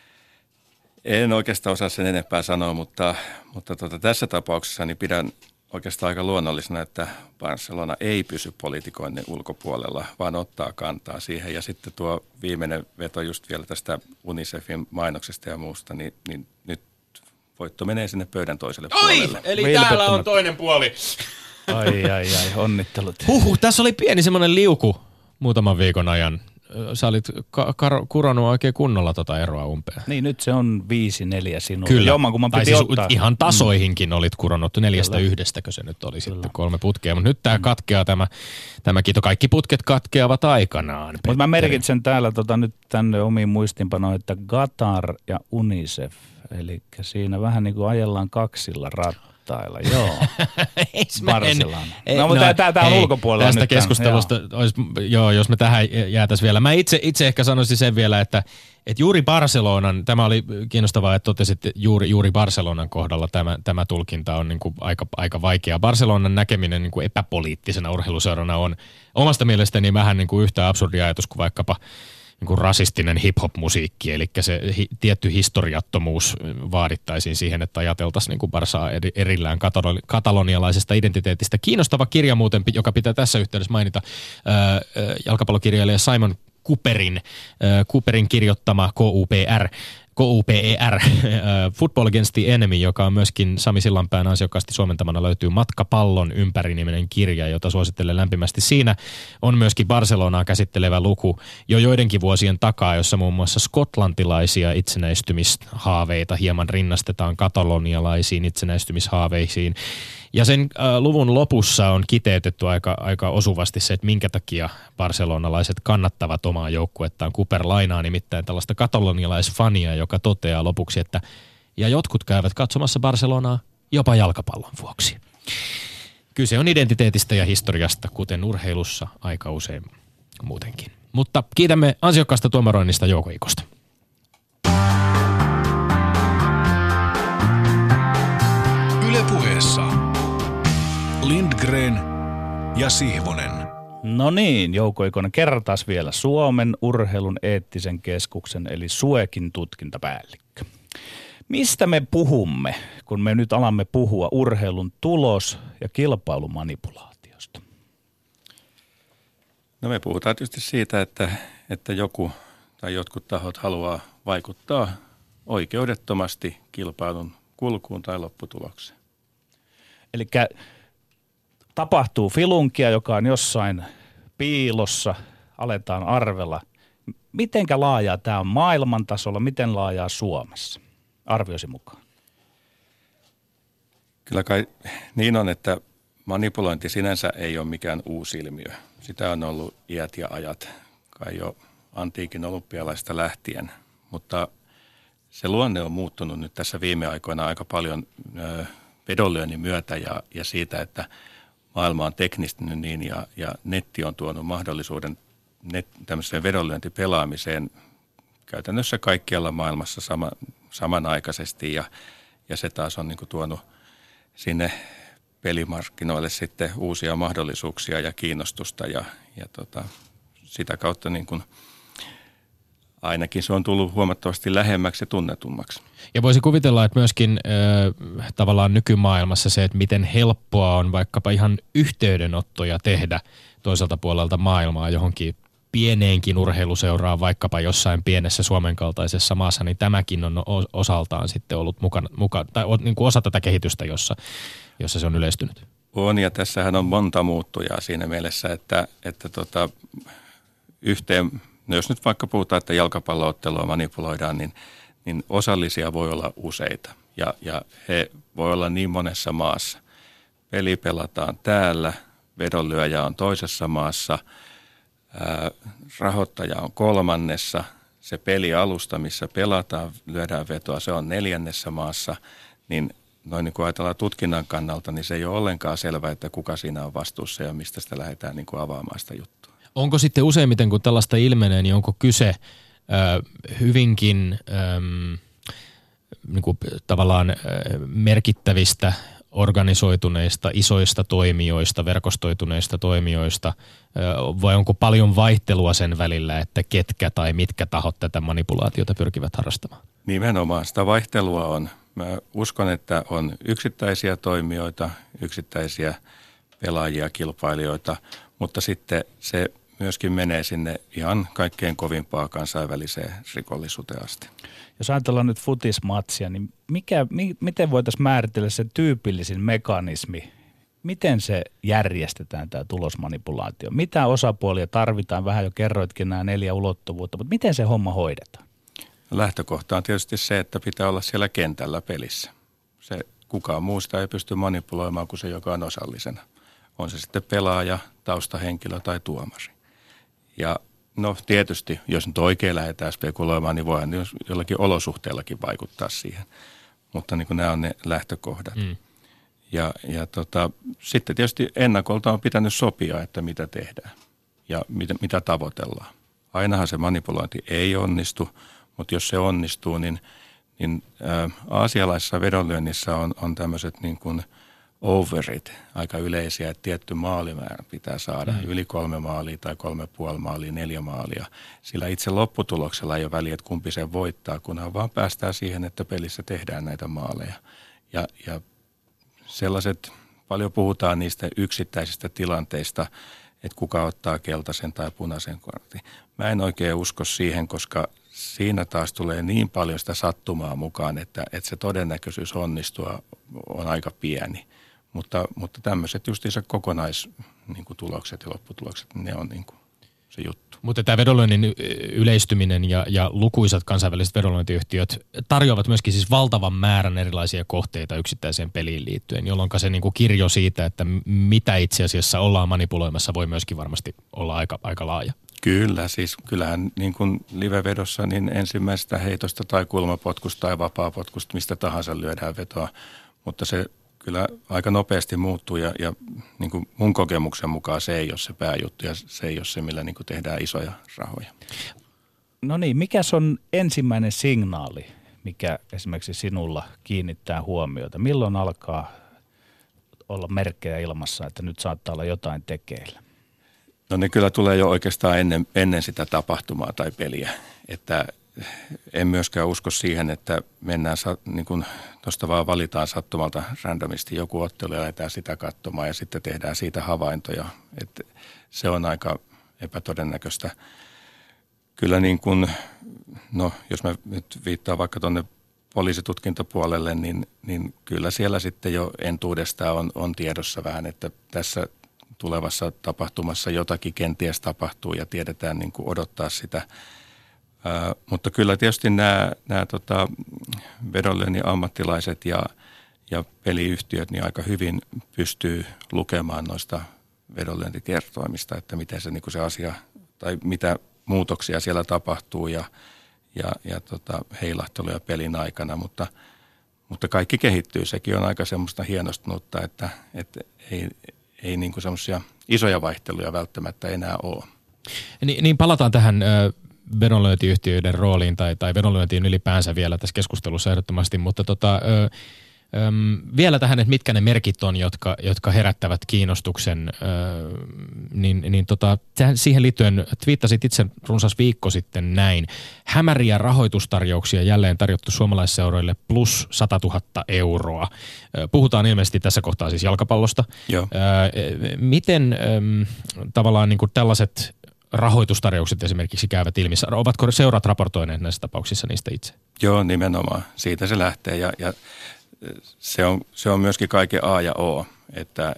en oikeastaan osaa sen enempää sanoa, mutta tässä tapauksessa niin pidän oikeastaan aika luonnollisena, että Barcelona ei pysy politikoinnin ulkopuolella, vaan ottaa kantaa siihen. Ja sitten tuo viimeinen veto just vielä tästä UNICEFin mainoksesta ja muusta, niin nyt voitto menee sinne pöydän toiselle puolelle. Eli täällä on toinen puoli. Ai, onnittelut. Tässä oli pieni semmoinen liuku muutaman viikon ajan. Sä olit kuronut oikein kunnolla tota eroa umpeen. Niin, nyt se on 5-4 sinulle. Kyllä. Jommankumman piti siis ottaa. Ihan tasoihinkin olit kuronut 4-1, se nyt oli sitten 3 putkea. Mutta nyt tämä katkeaa tämä kiito. Kaikki putket katkeavat aikanaan. Mutta mä merkitsen täällä nyt tänne omiin muistinpanoihin, että Qatar ja UNICEF. Eli siinä vähän niin kuin ajellaan kaksilla rattailla. Joo. Barcelona. No, mutta tämä on ulkopuolella. Tästä nyt keskustelusta, jos me tähän jäätäisiin vielä. Mä itse ehkä sanoisin sen vielä, että juuri Barcelonan, tämä oli kiinnostavaa, että totesit juuri Barcelonan kohdalla tämä tulkinta on niin kuin aika vaikea. Barcelonan näkeminen niin kuin epäpoliittisena urheiluseurana on omasta mielestäni vähän niin kuin yhtä absurdi ajatus kuin vaikkapa niin kuin rasistinen hip-hop-musiikki, eli se tietty historiattomuus vaadittaisiin siihen, että ajateltaisiin niin kuin Barsaa erillään katalonialaisesta identiteetistä. Kiinnostava kirja muuten, joka pitää tässä yhteydessä mainita, jalkapallokirjailija Simon Cooperin kirjoittama KUPER, Football Against the Enemy, joka on myöskin Sami Sillanpään ansiokkaasti suomentamana, löytyy Matkapallon ympäri-niminen kirja, jota suosittelen lämpimästi. Siinä on myöskin Barcelonaa käsittelevä luku jo joidenkin vuosien takaa, jossa muun muassa skotlantilaisia itsenäistymishaaveita hieman rinnastetaan katalonialaisiin itsenäistymishaaveisiin. Ja sen luvun lopussa on kiteytetty aika osuvasti se, että minkä takia barcelonalaiset kannattavat omaa joukkuettaan. Cooper lainaa nimittäin tällaista katalonialaisfania, joka toteaa lopuksi, että ja jotkut käyvät katsomassa Barcelonaa jopa jalkapallon vuoksi. Kyse on identiteetistä ja historiasta, kuten urheilussa aika usein muutenkin. Mutta kiitämme ansiokkaasta tuomaroinnista Jouko Ikosta. Yle Puheessa Lindgren ja Sihvonen. No niin, Jouko Ikonen, kertaas vielä Suomen urheilun eettisen keskuksen eli SUEKin tutkintapäällikkö. Mistä me puhumme, kun me nyt alamme puhua urheilun tulos- ja kilpailumanipulaatiosta? No me puhutaan tietysti siitä, että joku tai jotkut tahot haluaa vaikuttaa oikeudettomasti kilpailun kulkuun tai lopputulokseen. Eli tapahtuu filunkia, joka on jossain piilossa, aletaan arvella. Mitenkä laajaa tämä on maailman tasolla, miten laajaa Suomessa, arvioisi mukaan? Kyllä kai niin on, että manipulointi sinänsä ei ole mikään uusi ilmiö. Sitä on ollut iät ja ajat, kai jo antiikin olympialaista lähtien, mutta se luonne on muuttunut nyt tässä viime aikoina aika paljon vedonlyönnin myötä ja siitä, että maailma on teknistynyt niin ja netti on tuonut mahdollisuuden tämmöiseen vedonlyöntipelaamiseen käytännössä kaikkialla maailmassa samanaikaisesti ja se taas on niin kuin tuonut sinne pelimarkkinoille sitten uusia mahdollisuuksia ja kiinnostusta ja sitä kautta niin kuin ainakin se on tullut huomattavasti lähemmäksi ja tunnetummaksi. Ja voisi kuvitella, että myöskin tavallaan nykymaailmassa se, että miten helppoa on vaikkapa ihan yhteydenottoja tehdä toiselta puolelta maailmaa johonkin pieneenkin urheiluseuraan, vaikkapa jossain pienessä Suomen kaltaisessa maassa, niin tämäkin on osaltaan sitten ollut mukana tai niin kuin osa tätä kehitystä, jossa se on yleistynyt. On, ja tässähän on monta muuttujaa siinä mielessä, että no jos nyt vaikka puhutaan, että jalkapalloottelua manipuloidaan, niin osallisia voi olla useita ja he voi olla niin monessa maassa. Peli pelataan täällä, vedonlyöjä on toisessa maassa, rahoittaja on kolmannessa, se pelialusta, missä pelataan, lyödään vetoa, se on neljännessä maassa, niin noin niin kuin ajatellaan tutkinnan kannalta, niin se ei ole ollenkaan selvää, että kuka siinä on vastuussa ja mistä sitä lähdetään niin kuin avaamaan sitä juttua. Onko sitten useimmiten, kun tällaista ilmenee, niin onko kyse hyvinkin niin kuin tavallaan merkittävistä, organisoituneista, isoista toimijoista, verkostoituneista toimijoista, vai onko paljon vaihtelua sen välillä, että ketkä tai mitkä tahot tätä manipulaatiota pyrkivät harrastamaan? Nimenomaan sitä vaihtelua on. mä uskon, että on yksittäisiä toimijoita, yksittäisiä pelaajia, kilpailijoita, mutta sitten se myöskin menee sinne ihan kaikkein kovimpaa kansainväliseen rikollisuuteen asti. Jos ajatellaan nyt futismatsia, niin miten voitaisiin määritellä se tyypillisin mekanismi? Miten se järjestetään, tämä tulosmanipulaatio? Mitä osapuolia tarvitaan? Vähän jo kerroitkin nämä 4 ulottuvuutta, mutta miten se homma hoidetaan? Lähtökohta on tietysti se, että pitää olla siellä kentällä pelissä. Se kukaan muu sitä ei pysty manipuloimaan kuin se, joka on osallisena. On se sitten pelaaja, taustahenkilö tai tuomari. Ja no tietysti, jos nyt oikein lähdetään spekuloimaan, niin voihan jollakin olosuhteellakin vaikuttaa siihen. Mutta niin kuin nämä on ne lähtökohdat. Ja sitten tietysti ennakolta on pitänyt sopia, että mitä tehdään ja mitä tavoitellaan. Ainahan se manipulointi ei onnistu, mutta jos se onnistuu, niin aasialaisessa vedonlyönnissä on tämmöiset niin kuin overit aika yleisiä, että tietty maalimäärä pitää saada. Yli 3 maalia tai 3,5 maalia, 4 maalia. Sillä itse lopputuloksella ei ole väliä, että kumpi sen voittaa, kunhan vaan päästään siihen, että pelissä tehdään näitä maaleja. Ja sellaiset, paljon puhutaan niistä yksittäisistä tilanteista, että kuka ottaa keltaisen tai punaisen kortin. Mä en oikein usko siihen, koska siinä taas tulee niin paljon sitä sattumaa mukaan, että se todennäköisyys onnistua on aika pieni. Mutta tämmöiset justiinsa kokonaistulokset ja lopputulokset, ne on niin kuin se juttu. Mutta tämä vedonlyönnin yleistyminen ja lukuisat kansainväliset vedonlyöntiyhtiöt tarjoavat myöskin siis valtavan määrän erilaisia kohteita yksittäiseen peliin liittyen, jolloin se niin kuin kirjo siitä, että mitä itse asiassa ollaan manipuloimassa, voi myöskin varmasti olla aika laaja. Kyllä, siis kyllähän niin kuin livevedossa niin ensimmäisestä heitosta tai kulmapotkusta tai vapaapotkusta, mistä tahansa lyödään vetoa, mutta se kyllä aika nopeasti muuttuu ja niin kuin mun kokemuksen mukaan se ei ole se pääjuttu ja se ei ole se, millä niin kuin tehdään isoja rahoja. No niin, mikäs on ensimmäinen signaali, mikä esimerkiksi sinulla kiinnittää huomiota? Milloin alkaa olla merkkejä ilmassa, että nyt saattaa olla jotain tekeillä? No ne kyllä tulee jo oikeastaan ennen sitä tapahtumaa tai peliä, että en myöskään usko siihen, että mennään niin kuin tuosta vaan valitaan sattumalta randomisti joku ottelu ja lähdetään sitä katsomaan ja sitten tehdään siitä havaintoja. Että se on aika epätodennäköistä. Kyllä niin kuin, no jos mä nyt viittaan vaikka tuonne poliisitutkintapuolelle, niin kyllä siellä sitten jo entuudestaan on tiedossa vähän, että tässä tulevassa tapahtumassa jotakin kenties tapahtuu ja tiedetään niin kuin odottaa sitä. Mutta kyllä tietysti nämä vedonlyönnin ammattilaiset ja peliyhtiöt niin aika hyvin pystyy lukemaan noista vedonlyöntikertoimista, että miten se, niin kuin se asia tai mitä muutoksia siellä tapahtuu ja heilahteluja pelin aikana, mutta kaikki kehittyy. Sekin on aika semmoista hienostunutta, että ei niin kuin semmoisia isoja vaihteluja välttämättä enää ole. Niin palataan tähän vedonlyöntiyhtiöiden rooliin tai vedonlyöntiin ylipäänsä vielä tässä keskustelussa ehdottomasti, mutta vielä tähän, että mitkä ne merkit on, jotka herättävät kiinnostuksen, siihen liittyen twiittasit itse runsas viikko sitten näin. Hämäriä rahoitustarjouksia jälleen tarjottu suomalaisseuroille plus 100 000 euroa. Puhutaan ilmeisesti tässä kohtaa siis jalkapallosta. Joo. Miten tavallaan niin kuin tällaiset rahoitustarjoukset esimerkiksi käyvät ilmi? Ovatko seurat raportoineet näissä tapauksissa niistä itse? Joo, nimenomaan. Siitä se lähtee ja se on myöskin kaiken A ja O, että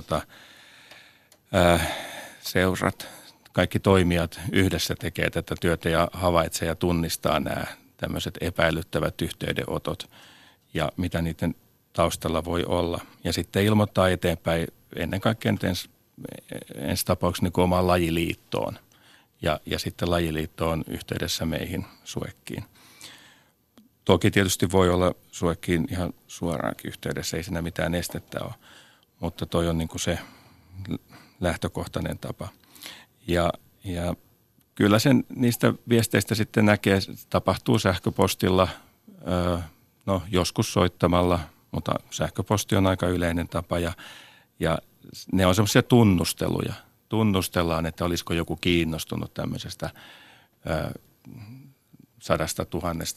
seurat, kaikki toimijat yhdessä tekee tätä työtä ja havaitsee ja tunnistaa nämä tämmöiset epäilyttävät yhteydenotot ja mitä niiden taustalla voi olla. Ja sitten ilmoittaa eteenpäin ennen kaikkea ensi tapauksessa niin omaan lajiliittoon ja sitten lajiliitto on yhteydessä meihin Suekkiin. Toki tietysti voi olla Suekkiin ihan suoraankin yhteydessä, ei siinä mitään estettä ole, mutta toi on niin kuin se lähtökohtainen tapa. Ja kyllä sen niistä viesteistä sitten näkee, tapahtuu sähköpostilla, no joskus soittamalla, mutta sähköposti on aika yleinen tapa ja ne on semmoisia tunnusteluja. Tunnustellaan, että olisiko joku kiinnostunut tämmöisestä 100 000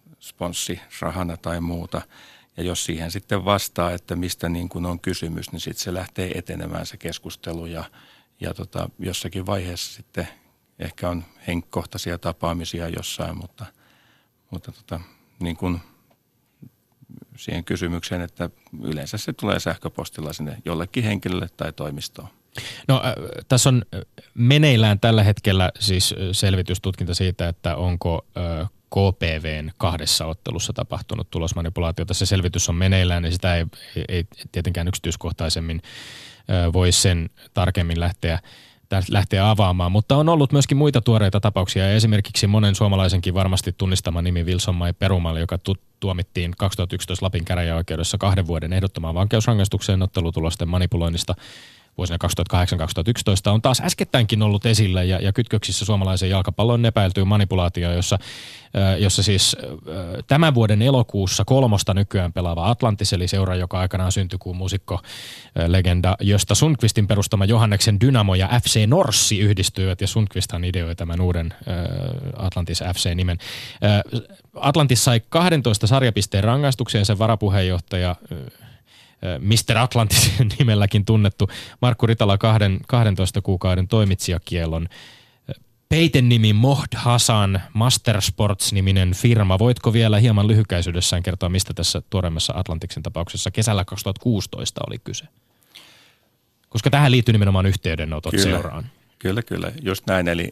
sponssirahana tai muuta. Ja jos siihen sitten vastaa, että mistä niin kuin on kysymys, niin sitten se lähtee etenemään se keskustelu ja jossakin vaiheessa sitten ehkä on henkkohtaisia tapaamisia jossain, mutta niin kuin siihen kysymykseen, että yleensä se tulee sähköpostilla sinne jollekin henkilölle tai toimistoon. No tässä on meneillään tällä hetkellä siis selvitystutkinta siitä, että onko KPV:n 2 ottelussa tapahtunut tulosmanipulaatiota. Se selvitys on meneillään, niin sitä ei tietenkään yksityiskohtaisemmin voi sen tarkemmin lähteä avaamaan, mutta on ollut myöskin muita tuoreita tapauksia. Esimerkiksi monen suomalaisenkin varmasti tunnistama nimi Wilson Mai Perumal, joka tuomittiin 2011 Lapin käräjäoikeudessa 2 vuoden ehdottomaan vankeusrangaistukseen ottelutulosten manipuloinnista vuosina 2008-2011 on taas äskettäinkin ollut esillä ja kytköksissä suomalaisen jalkapallon epäiltyyn manipulaatioon, jossa siis tämän vuoden elokuussa 3 nykyään pelaava Atlantis, eli seura, joka aikanaan syntyi kuin muusikkolegenda Gösta Sundqvistin perustama Johanneksen Dynamo ja FC Norssi yhdistyivät, ja Sundqvisthan ideoi tämän uuden Atlantis FC-nimen. Atlantis sai 12 sarjapisteen rangaistukseen, sen varapuheenjohtaja Mr. Atlantis nimelläkin tunnettu Markku Ritala 12 kuukauden toimitsijakiellon. Peiten nimi Mohd Hasan Master Sports-niminen firma. Voitko vielä hieman lyhykäisyydessään kertoa, mistä tässä tuoreimmassa Atlantiksen tapauksessa kesällä 2016 oli kyse? Koska tähän liittyy nimenomaan yhteydenotot seuraan. Kyllä. Just näin. Eli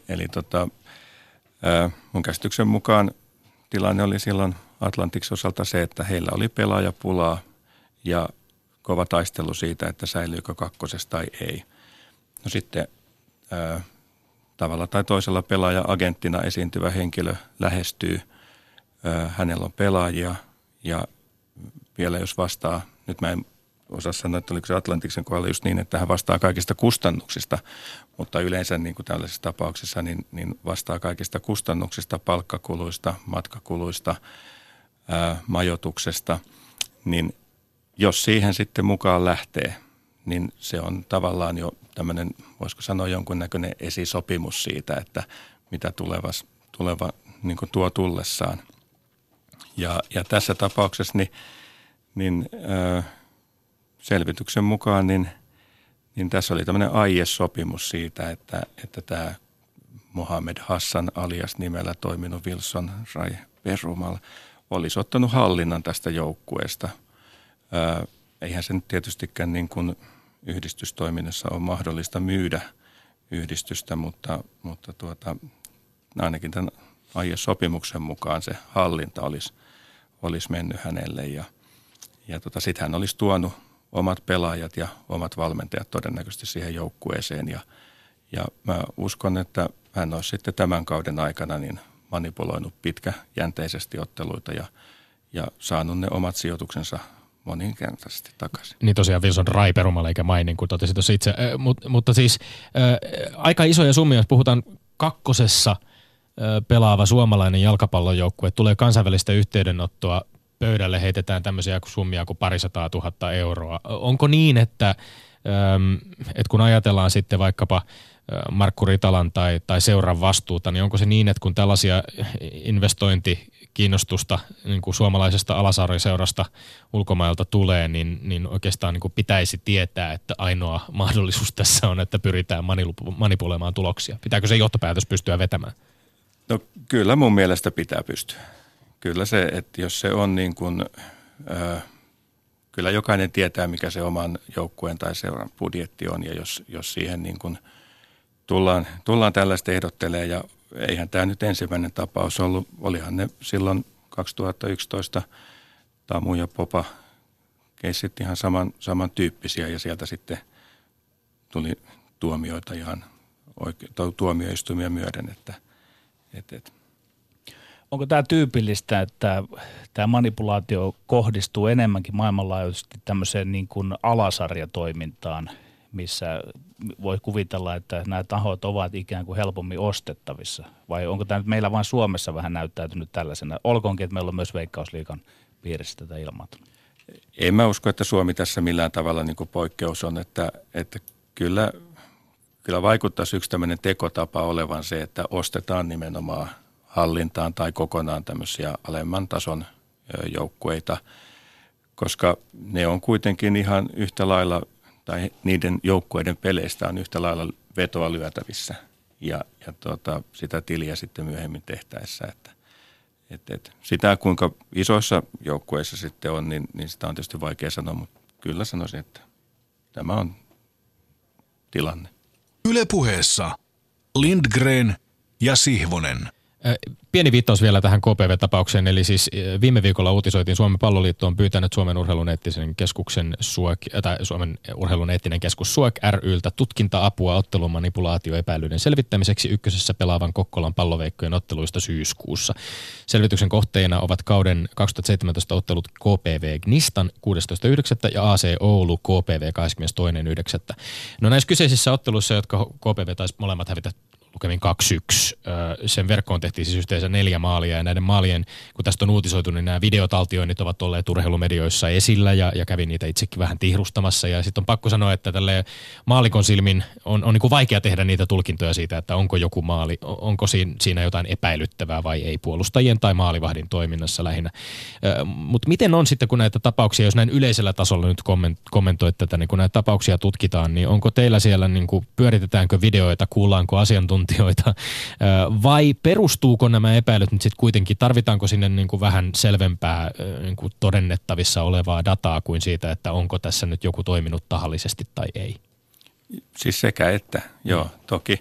mun käsityksen mukaan tilanne oli silloin Atlantiksen osalta se, että heillä oli pelaajapulaa ja kova taistelu siitä, että säilyykö 2 tai ei. No sitten tavalla tai toisella pelaaja-agenttina esiintyvä henkilö lähestyy, hänellä on pelaajia ja vielä jos vastaa, nyt mä en osaa sanoa, että oliko se Atlantiksen kohdalla just niin, että hän vastaa kaikista kustannuksista, mutta yleensä niin kuin tällaisissa tapauksissa niin vastaa kaikista kustannuksista, palkkakuluista, matkakuluista, majoituksesta, niin jos siihen sitten mukaan lähtee, niin se on tavallaan jo tämmöinen, voisiko sanoa jonkunnäköinen esisopimus siitä, että mitä tuleva niin kuin tuo tullessaan. Ja tässä tapauksessa selvityksen mukaan niin tässä oli tämmöinen aiesopimus siitä, että tämä Mohamed Hassan alias nimellä toiminut Wilson Rai Perumal olisi ottanut hallinnan tästä joukkueesta. Eihän se nyt tietystikään niin kuin yhdistystoiminnassa ole mahdollista myydä yhdistystä, mutta ainakin tämän aiesopimuksen mukaan se hallinta olisi mennyt hänelle ja sitten hän olisi tuonut omat pelaajat ja omat valmentajat todennäköisesti siihen joukkueeseen ja mä uskon, että hän olisi sitten tämän kauden aikana niin manipuloinut pitkäjänteisesti otteluita ja saanut ne omat sijoituksensa moninkertaisesti takaisin. Niin tosiaan Wilson Rai Perumal eikä Mai, niin kuin totesit tuossa itse. Mutta siis aika isoja summia, jos puhutaan 2. pelaava suomalainen jalkapallojoukkue, tulee kansainvälistä yhteydenottoa, pöydälle heitetään tämmöisiä summia kuin 200 000 euroa. Onko niin, että kun ajatellaan sitten vaikkapa Markku Ritalan tai seuran vastuuta, niin onko se niin, että kun tällaisia investointikiinnostusta niin kuin suomalaisesta alasarjaseurasta ulkomailta tulee, niin oikeastaan niin kuin pitäisi tietää, että ainoa mahdollisuus tässä on, että pyritään manipuloimaan tuloksia. Pitääkö se johtopäätös pystyä vetämään? No kyllä mun mielestä pitää pystyä. Kyllä se, että jos se on niin kuin, kyllä jokainen tietää, mikä se oman joukkueen tai seuran budjetti on ja jos siihen niin kuin tullaan tällaista ehdottelemaan ja eihän tämä nyt ensimmäinen tapaus ollut, olihan ne silloin 2011 Tamu ja Popa keissit ihan samantyyppisiä ja sieltä sitten tuli tuomioita ihan tuomioistumia myöden, että Onko tämä tyypillistä, että tämä manipulaatio kohdistuu enemmänkin maailmanlaajuisesti tämmöiseen niin kuin alasarjatoimintaan, missä voi kuvitella, että nämä tahot ovat ikään kuin helpommin ostettavissa? Vai onko tämä nyt meillä vain Suomessa vähän näyttäytynyt tällaisena? Olkoonkin, että meillä on myös Veikkausliigan piirissä tätä ilmaantunut. En mä usko, että Suomi tässä millään tavalla niin kuin poikkeus on, että kyllä vaikuttaisi yksi tämmöinen tekotapa olevan se, että ostetaan nimenomaan hallintaan tai kokonaan tämmöisiä alemman tason joukkueita, koska ne on kuitenkin ihan yhtä lailla, tai niiden joukkueiden peleistä on yhtä lailla vetoa lyötävissä ja sitä tiliä sitten myöhemmin tehtäessä, että sitä kuinka isoissa joukkueissa sitten on, niin sitä on tietysti vaikea sanoa, mutta kyllä sanoisin, että tämä on tilanne. Yle Puheessa Lindgren ja Sihvonen. Pieni viittaus vielä tähän KPV-tapaukseen, eli siis viime viikolla uutisoitiin, Suomen Palloliitto on pyytänyt Suomen urheilun eettisen keskuksen Suomen urheilun eettinen keskus SUEK ryltä tutkinta-apua ottelumanipulaatioepäilyiden selvittämiseksi ykkösessä pelaavan Kokkolan Palloveikkojen otteluista syyskuussa. Selvityksen kohteina ovat kauden 2017 ottelut KPV Gnistan 16.9. ja AC Oulu KPV 22.9. No näissä kyseisissä otteluissa, jotka KPV taisi molemmat hävitä lukemin 2-1. Sen verkkoon tehtiin siis yhteensä 4 maalia ja näiden maalien, kun tästä on uutisoitu, niin nämä videotaltioinnit ovat olleet urheilumedioissa esillä ja kävin niitä itsekin vähän tihrustamassa. Ja sitten on pakko sanoa, että tälle maalikon silmin on niin kuin vaikea tehdä niitä tulkintoja siitä, että onko joku maali, onko siinä jotain epäilyttävää vai ei puolustajien tai maalivahdin toiminnassa lähinnä. Mutta miten on sitten, kun näitä tapauksia, jos näin yleisellä tasolla nyt kommentoit tätä, niin kun näitä tapauksia tutkitaan, niin onko teillä siellä, niin kuin, pyöritetäänkö videoita, kuullaanko asiantuntijoita vai perustuuko nämä epäilyt nyt sitten kuitenkin, tarvitaanko sinne niin kuin vähän selvempää niin kuin todennettavissa olevaa dataa kuin siitä, että onko tässä nyt joku toiminut tahallisesti tai ei? Siis sekä että, joo, toki.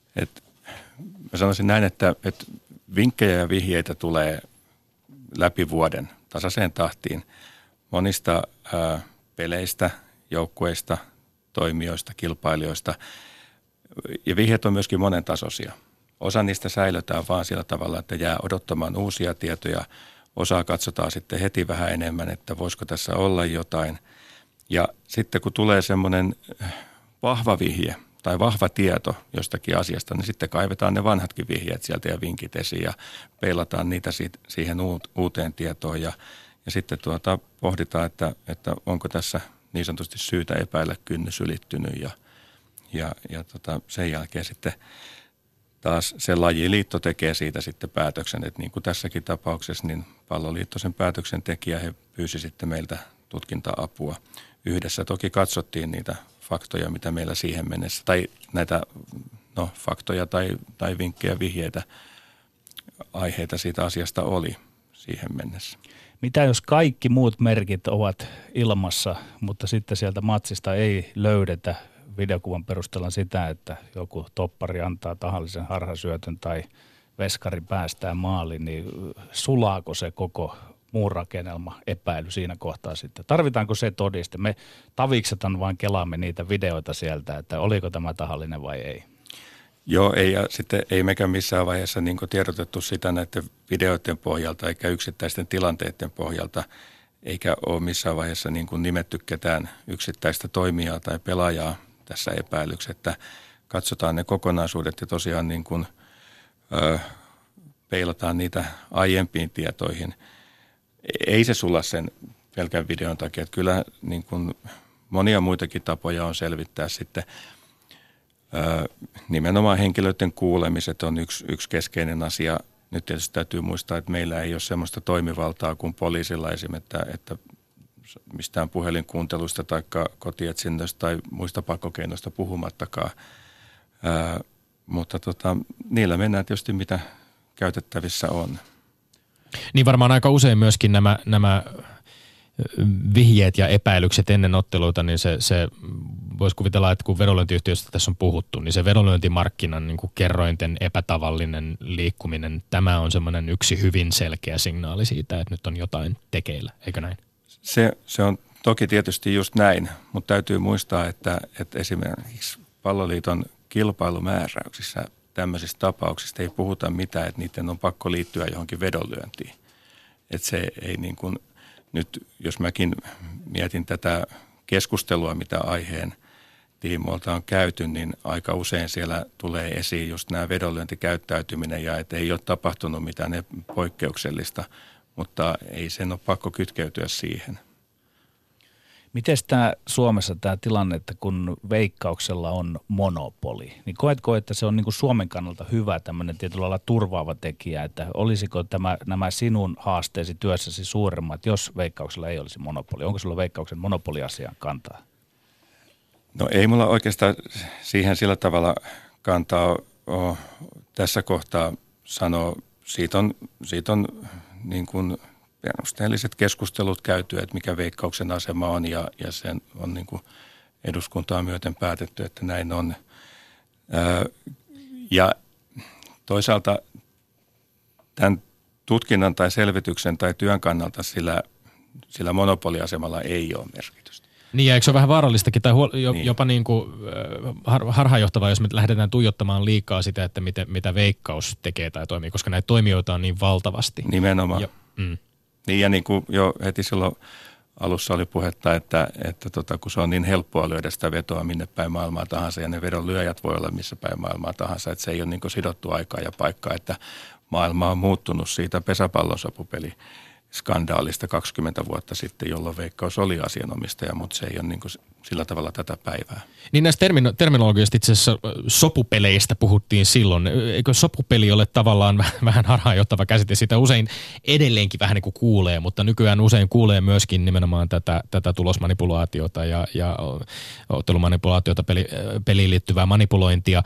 Mä sanoisin näin, että vinkkejä ja vihjeitä tulee läpi vuoden tasaiseen tahtiin monista peleistä, joukkueista, toimijoista, kilpailijoista. Ja vihjeet on myöskin monentasoisia. Osa niistä säilötään vaan sillä tavalla, että jää odottamaan uusia tietoja. Osaa katsotaan sitten heti vähän enemmän, että voisiko tässä olla jotain. Ja sitten kun tulee semmoinen vahva vihje tai vahva tieto jostakin asiasta, niin sitten kaivetaan ne vanhatkin vihjeet sieltä ja vinkit esiin ja peilataan niitä siihen uuteen tietoon. Ja sitten pohditaan, että onko tässä niin sanotusti syytä epäillä kynnys ylittynyt ja sen jälkeen sitten taas se lajiliitto tekee siitä sitten päätöksen, että niin kuin tässäkin tapauksessa, niin Palloliitto sen päätöksen teki ja he pyysi sitten meiltä tutkinta-apua. Yhdessä toki katsottiin niitä faktoja, mitä meillä siihen mennessä, tai näitä faktoja tai vinkkejä, vihjeitä, aiheita siitä asiasta oli siihen mennessä. Mitä jos kaikki muut merkit ovat ilmassa, mutta sitten sieltä matsista ei löydetä videokuvan perusteella sitä, että joku toppari antaa tahallisen harhasyötön tai veskari päästää maaliin, niin sulaako se koko muu rakennelma epäily siinä kohtaa sitten? Tarvitaanko se todiste? Me taviksetan vaan kelaamme niitä videoita sieltä, että oliko tämä tahallinen vai ei. Joo, ja sitten ei mekään missään vaiheessa niin kuin tiedotettu sitä näiden videoiden pohjalta eikä yksittäisten tilanteiden pohjalta, eikä ole missään vaiheessa niin kuin nimetty ketään yksittäistä toimijaa tai pelaajaa tässä epäilyksi, että katsotaan ne kokonaisuudet ja tosiaan niin kuin, peilataan niitä aiempiin tietoihin. Ei se sulla sen pelkän videon takia, että kyllä niin kuin monia muitakin tapoja on selvittää sitten. Nimenomaan henkilöiden kuulemiset on yksi keskeinen asia. Nyt tietysti täytyy muistaa, että meillä ei ole sellaista toimivaltaa kuin poliisilla esimerkiksi, että mistään puhelinkuuntelusta tai kotietsinnöstä tai muista pakkokeinoista puhumattakaan. Mutta niillä mennään tietysti mitä käytettävissä on. Niin varmaan aika usein myöskin nämä vihjeet ja epäilykset ennen otteluita, niin se voisi kuvitella, että kun vedonlyöntiyhtiöstä tässä on puhuttu, niin se vedonlyöntimarkkinan niin kuin kerrointen epätavallinen liikkuminen, tämä on semmoinen yksi hyvin selkeä signaali siitä, että nyt on jotain tekeillä, eikö näin? Se on toki tietysti just näin, mutta täytyy muistaa, että esimerkiksi Palloliiton kilpailumääräyksissä tämmöisistä tapauksista ei puhuta mitään, että niiden on pakko liittyä johonkin vedonlyöntiin. Että se ei niin kuin, nyt jos mäkin mietin tätä keskustelua, mitä aiheen tiimoilta on käyty, niin aika usein siellä tulee esiin just nämä vedonlyöntikäyttäytyminen ja että ei ole tapahtunut mitään poikkeuksellista, mutta ei sen ole pakko kytkeytyä siihen. Miten Suomessa tämä tilanne, että kun Veikkauksella on monopoli, niin koetko, että se on niin kuin Suomen kannalta hyvä tämmöinen tietyllä lailla turvaava tekijä, että olisiko nämä sinun haasteesi työssäsi suuremmat, jos Veikkauksella ei olisi monopoli? Onko sulla Veikkauksen monopoliasiaan kantaa? No ei mulla oikeastaan siihen sillä tavalla kantaa ole tässä kohtaa sanoa. Siitä on niin kuin perusteelliset keskustelut käyty, että mikä Veikkauksen asema on ja sen on niin kuin eduskuntaa myöten päätetty, että näin on. Ja toisaalta tämän tutkinnan tai selvityksen tai työn kannalta sillä monopoliasemalla ei ole merkitystä. Niin ja eikö se ole vähän vaarallistakin tai jopa niin kuin harhaanjohtavaa, jos me lähdetään tuijottamaan liikaa sitä, että mitä Veikkaus tekee tai toimii, koska näitä toimijoita on niin valtavasti. Nimenomaan. Niin ja niin kuin jo heti silloin alussa oli puhetta, että kun se on niin helppoa lyödä sitä vetoa minne päin maailmaa tahansa ja ne vedon lyöjät voi olla missä päin maailmaa tahansa, että se ei ole niin kuin sidottu aikaa ja paikkaa, että maailma on muuttunut siitä pesäpallosopupeliskandaalista 20 vuotta sitten, jolloin Veikkaus oli asianomistaja, mutta se ei ole niin kuin sillä tavalla tätä päivää. Niin näistä terminologiasta itse asiassa sopupeleistä puhuttiin silloin. Eikö sopupeli ole tavallaan vähän harhaanjohtava käsite? Sitä usein edelleenkin vähän niin kuin kuulee, mutta nykyään usein kuulee myöskin nimenomaan tätä tulosmanipulaatiota ja ottelumanipulaatiota, peliin liittyvää manipulointia.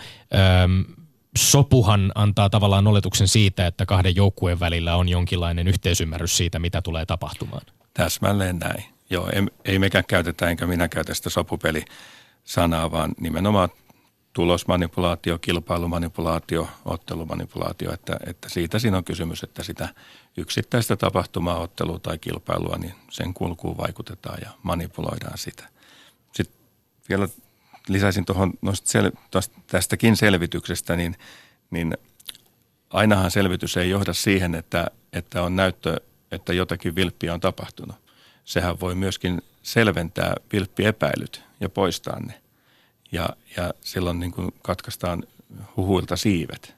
Sopuhan antaa tavallaan oletuksen siitä, että kahden joukkueen välillä on jonkinlainen yhteisymmärrys siitä, mitä tulee tapahtumaan. Täsmälleen näin. Joo, ei mekään käytetä, enkä minä käytä sitä sopupelisanaa, vaan nimenomaan tulosmanipulaatio, kilpailumanipulaatio, ottelumanipulaatio, että siitä siinä on kysymys, että sitä yksittäistä tapahtumaa, ottelua tai kilpailua, niin sen kulkuun vaikutetaan ja manipuloidaan sitä. Sitten vielä lisäisin tuohon tästäkin selvityksestä, niin ainahan selvitys ei johda siihen, että on näyttö, että jotakin vilppiä on tapahtunut. Sehän voi myöskin selventää vilppiepäilyt ja poistaa ne. Ja silloin niin kuin katkaistaan huhuilta siivet.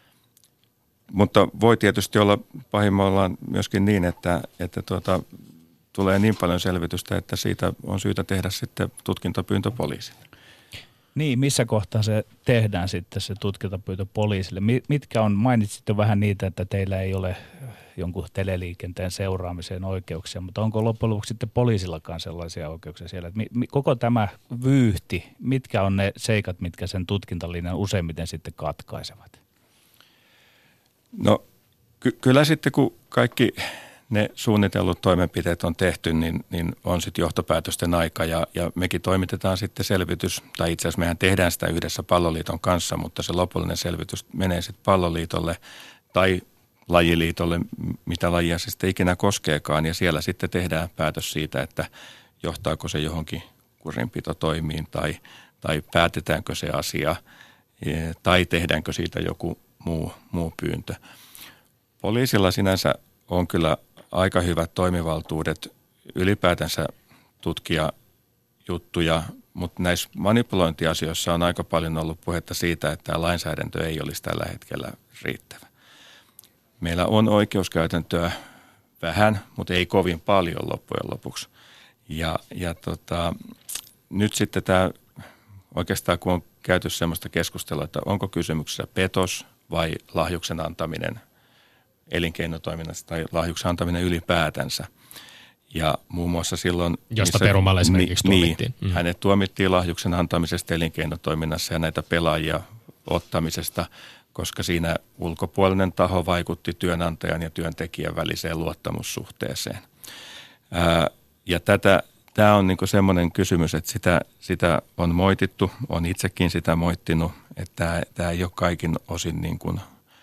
Mutta voi tietysti olla pahimmillaan myöskin niin, että tulee niin paljon selvitystä, että siitä on syytä tehdä sitten tutkintapyyntö poliisille. Niin, missä kohtaa se tehdään sitten se tutkintapyyntö poliisille? Mitkä on, mainitsit jo vähän niitä, että teillä ei ole jonkun teleliikenteen seuraamiseen oikeuksia, mutta onko loppujen lopuksi sitten poliisillakaan sellaisia oikeuksia siellä? Koko tämä vyyhti, mitkä on ne seikat, mitkä sen tutkintalinjan useimmiten sitten katkaisevat? No kyllä sitten kun kaikki ne suunnitellut toimenpiteet on tehty, niin on sitten johtopäätösten aika ja mekin toimitetaan sitten selvitys, tai itse asiassa mehän tehdään sitä yhdessä Palloliiton kanssa, mutta se lopullinen selvitys menee sitten Palloliitolle tai lajiliitolle, mitä lajia se sitten ikinä koskeekaan, ja siellä sitten tehdään päätös siitä, että johtaako se johonkin kurinpitotoimiin tai päätetäänkö se asia tai tehdäänkö siitä joku muu pyyntö. Poliisilla sinänsä on kyllä aika hyvät toimivaltuudet ylipäätänsä tutkia juttuja, mutta näissä manipulointiasioissa on aika paljon ollut puhetta siitä, että tämä lainsäädäntö ei olisi tällä hetkellä riittävä. Meillä on oikeuskäytäntöä vähän, mutta ei kovin paljon loppujen lopuksi. Ja nyt sitten tämä oikeastaan kun on käyty sellaista keskustelua, että onko kysymyksessä petos vai lahjuksen antaminen elinkeinotoiminnassa tai lahjuksen antaminen ylipäätänsä. Ja muun muassa silloin... Josta Perumalle esimerkiksi tuomittiin. Niin, hänet tuomittiin lahjuksen antamisesta elinkeinotoiminnassa ja näitä pelaajia ottamisesta, koska siinä ulkopuolinen taho vaikutti työnantajan ja työntekijän väliseen luottamussuhteeseen. Ja tämä on niinku semmoinen kysymys, että sitä on moitittu, on itsekin sitä moittinut, että tämä ei ole kaikin osin niin kuin,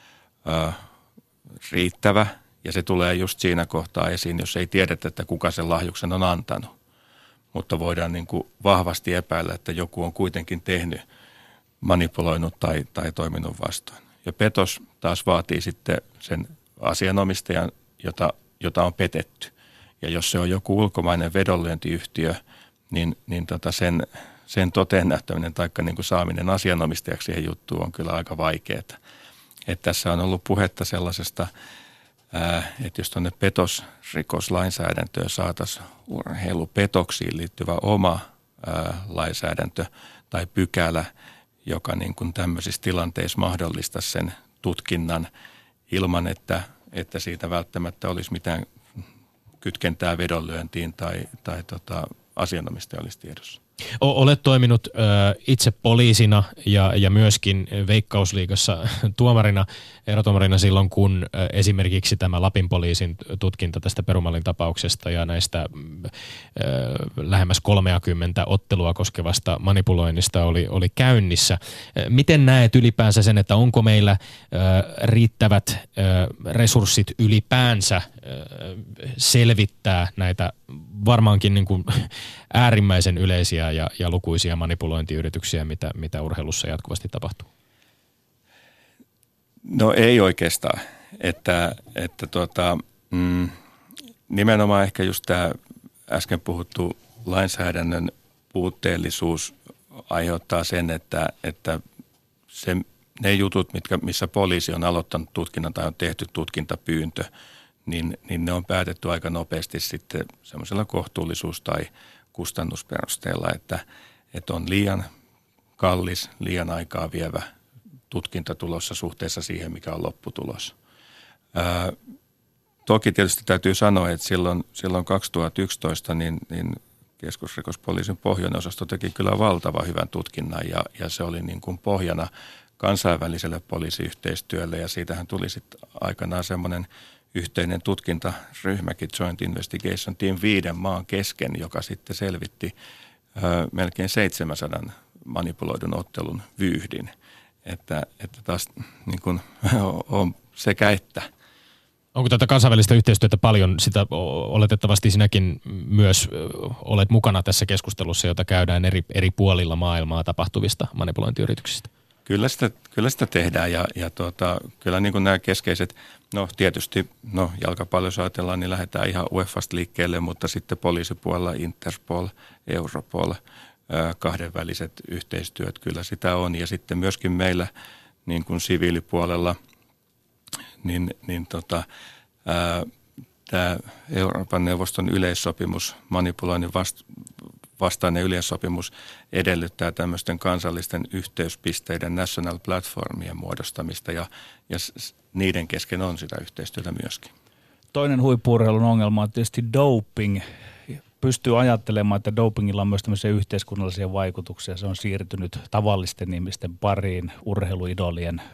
riittävä. Ja se tulee just siinä kohtaa esiin, jos ei tiedetä, että kuka sen lahjuksen on antanut. Mutta voidaan niin kuin vahvasti epäillä, että joku on kuitenkin tehnyt, manipuloinut tai toiminut vastaan. Ja petos taas vaatii sitten sen asianomistajan, jota on petetty. Ja jos se on joku ulkomainen vedonlyöntiyhtiö, niin sen toteen nähtäminen tai niin kuin saaminen asianomistajaksi siihen juttuun on kyllä aika vaikeaa. Että tässä on ollut puhetta sellaisesta että jos tuonne petosrikoslainsäädäntöön saataisiin urheilupetoksiin liittyvä oma lainsäädäntö tai pykälä, joka niin kuin tämmöisissä tilanteissa mahdollistaisi sen tutkinnan ilman, että siitä välttämättä olisi mitään kytkentää vedonlyöntiin tai asianomistaja olisi tiedossa. Olet toiminut itse poliisina ja myöskin Veikkausliigassa tuomarina, erotuomarina silloin, kun esimerkiksi tämä Lapin poliisin tutkinta tästä Perumallin tapauksesta ja näistä lähemmäs 30 ottelua koskevasta manipuloinnista oli käynnissä. Miten näet ylipäänsä sen, että onko meillä riittävät resurssit ylipäänsä selvittää näitä varmaankin niin kuin äärimmäisen yleisiä ja lukuisia manipulointiyrityksiä, mitä urheilussa jatkuvasti tapahtuu? No ei oikeastaan. Nimenomaan ehkä just tämä äsken puhuttu lainsäädännön puutteellisuus aiheuttaa sen, että ne jutut, missä poliisi on aloittanut tutkinnan tai on tehty tutkintapyyntö, niin ne on päätetty aika nopeasti sitten semmoisella kohtuullisuus- tai kustannusperusteella, että on liian kallis, liian aikaa vievä tutkinta tulossa suhteessa siihen, mikä on lopputulos. Toki tietysti täytyy sanoa, että silloin 2011 niin keskusrikospoliisin pohjoinen osasto teki kyllä valtavan hyvän tutkinnan ja se oli niin kuin pohjana kansainväliselle poliisiyhteistyölle ja siitähän tuli sitten aikanaan semmoinen yhteinen tutkintaryhmäkin Joint Investigation Team 5 maan kesken, joka sitten selvitti melkein 700 manipuloidun ottelun vyyhdin. Että taas niin kuin on sekä että. Onko tätä kansainvälistä yhteistyötä paljon? Sitä oletettavasti sinäkin myös olet mukana tässä keskustelussa, jota käydään eri puolilla maailmaa tapahtuvista manipulointiyrityksistä. Kyllä sitä tehdään ja kyllä niin kuin nämä keskeiset, no tietysti jalkapallossa ajatellaan, niin lähdetään ihan UEFAsta liikkeelle, mutta sitten poliisipuolella Interpol, Europol, kahdenväliset yhteistyöt, kyllä sitä on. Ja sitten myöskin meillä niin kuin siviilipuolella, tämä Euroopan neuvoston yleissopimus, manipuloinnin vastainen yleissopimus edellyttää tämmöisten kansallisten yhteyspisteiden national platformien muodostamista ja niiden kesken on sitä yhteistyötä myöskin. Toinen huippu-urheilun ongelma on tietysti doping. Pystyy ajattelemaan, että dopingilla on myös tämmöisiä yhteiskunnallisia vaikutuksia. Se on siirtynyt tavallisten ihmisten pariin, urheiluidolien,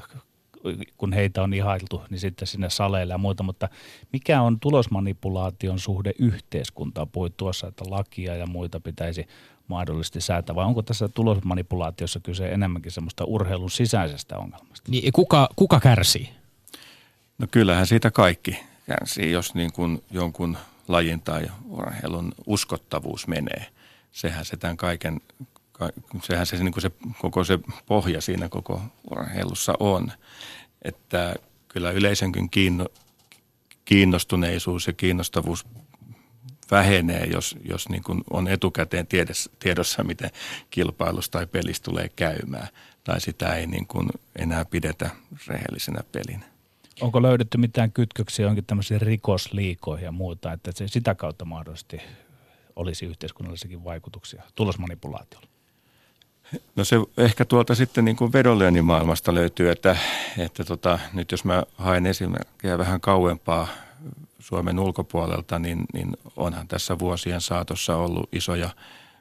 kun heitä on ihailtu, niin sitten sinne saleille ja muuta. Mutta mikä on tulosmanipulaation suhde yhteiskuntaan? Puhuit tuossa, että lakia ja muita pitäisi mahdollisesti säätää. Vai onko tässä tulosmanipulaatiossa kyse enemmänkin semmoista urheilun sisäisestä ongelmasta? Niin, kuka kärsii? No kyllähän siitä kaikki kärsii, jos niin kuin jonkun lajin tai urheilun uskottavuus menee. Sehän se tämän kaiken, sehän se, niin kuin se koko se pohja siinä koko urheilussa on. Että kyllä yleisönkin kiinnostuneisuus ja kiinnostavuus vähenee, jos niin kuin on etukäteen tiedossa, miten kilpailussa tai pelissä tulee käymään. Tai sitä ei niin kuin enää pidetä rehellisenä pelinä. Onko löydetty mitään kytköksiä johonkin tämmöisiin rikosliikoihin ja muuta, että se sitä kautta mahdollisesti olisi yhteiskunnallisikin vaikutuksia tulosmanipulaatiolla? No se ehkä tuolta sitten niin kuin vedonlyönnin maailmasta löytyy, että nyt jos mä haen esimerkkejä vähän kauempaa Suomen ulkopuolelta, niin onhan tässä vuosien saatossa ollut isoja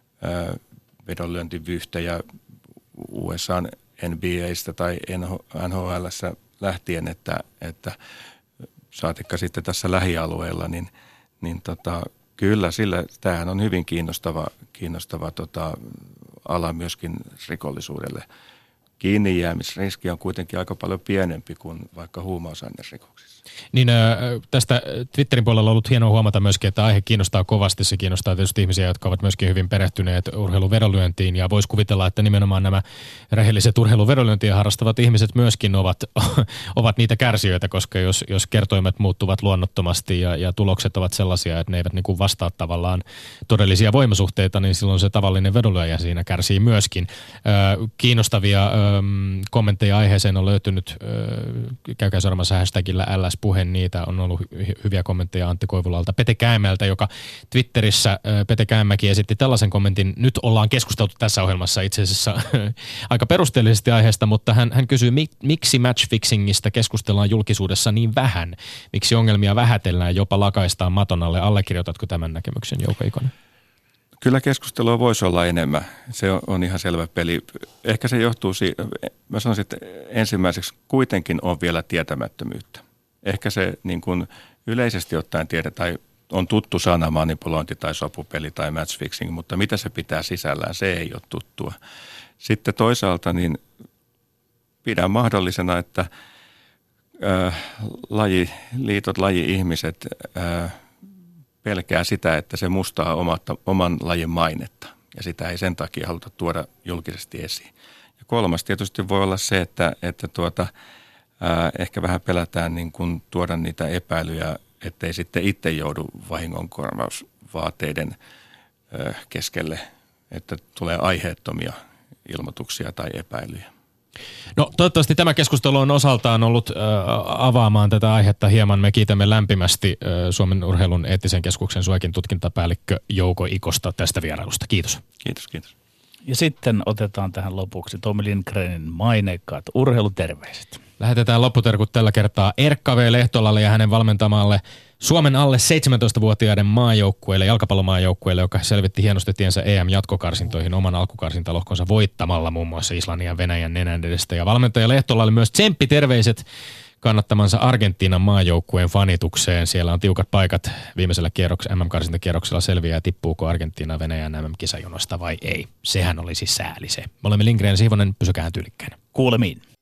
vedonlyöntivyyhtejä USA:n NBA:stä tai NHL:ssä lähtien, että saatikka sitten tässä lähialueella, niin kyllä tämähän on hyvin kiinnostava ala myöskin rikollisuudelle. Kiinni jäämisriski on kuitenkin aika paljon pienempi kuin vaikka huumausainerikoksissa. Niin tästä Twitterin puolella on ollut hienoa huomata myöskin, että aihe kiinnostaa kovasti. Se kiinnostaa tietysti ihmisiä, jotka ovat myöskin hyvin perehtyneet urheiluvedonlyöntiin. Ja voisi kuvitella, että nimenomaan nämä rehelliset urheiluvedonlyöntiä harrastavat ihmiset myöskin ovat niitä kärsijöitä, koska jos kertoimet muuttuvat luonnottomasti ja tulokset ovat sellaisia, että ne eivät niin kuin vastaa tavallaan todellisia voimasuhteita, niin silloin se tavallinen vedonlyöjä siinä kärsii myöskin. Kiinnostavia kommentteja aiheeseen on löytynyt, käykää seuraamassa hashtagillä LS-puhe, niitä on ollut hyviä kommentteja Antti Koivulalta. Pete Käämältä, joka Twitterissä, Pete Käämäki esitti tällaisen kommentin, nyt ollaan keskusteltu tässä ohjelmassa itse asiassa aika perusteellisesti aiheesta, mutta hän kysyy, miksi matchfixingistä keskustellaan julkisuudessa niin vähän? Miksi ongelmia vähätellään, jopa lakaistaan maton alle? Allekirjoitatko tämän näkemyksen, Jouko Ikonen? Kyllä keskustelua voisi olla enemmän. Se on ihan selvä peli. Ehkä se johtuu mä sanoisin, että ensimmäiseksi kuitenkin on vielä tietämättömyyttä. Ehkä se niin kuin yleisesti ottaen tai on tuttu sana manipulointi tai sopupeli tai matchfixing, mutta mitä se pitää sisällään, se ei ole tuttua. Sitten toisaalta niin pidän mahdollisena, että lajiliitot, laji-ihmiset pelkää sitä, että se mustaa oman lajin mainetta ja sitä ei sen takia haluta tuoda julkisesti esiin. Ja kolmas tietysti voi olla se, että ehkä vähän pelätään niin kuin tuoda niitä epäilyjä, ettei sitten itse joudu vahingonkorvausvaateiden keskelle, että tulee aiheettomia ilmoituksia tai epäilyjä. No toivottavasti tämä keskustelu on osaltaan ollut avaamaan tätä aihetta hieman. Me kiitämme lämpimästi Suomen urheilun eettisen keskuksen SUEKin tutkintapäällikkö Jouko Ikosta tästä vierailusta. Kiitos. Kiitos. Ja sitten otetaan tähän lopuksi Tommi Lindgrenin maineikkaat urheiluterveiset. Lähetetään lopputerkut tällä kertaa Erkka V. Lehtolalle ja hänen valmentamalle Suomen alle 17-vuotiaiden maajoukkueelle, jalkapallomaajoukkueelle, joka selvitti hienosti tiensä EM-jatkokarsintoihin oman alkukarsintalohkonsa voittamalla muun muassa Islannin ja Venäjän nenän edestä. Ja valmentaja Lehtolalle myös tsemppiterveiset kannattamansa Argentiinan maajoukkueen fanitukseen. Siellä on tiukat paikat viimeisellä MM-karsintakierroksella selviää, tippuuko Argentiina Venäjän MM-kisajonosta vai ei. Sehän olisi sääli se. Me olemme Lindgren ja Sihvonen, pysykää tyylikkäin. Kuulemiin.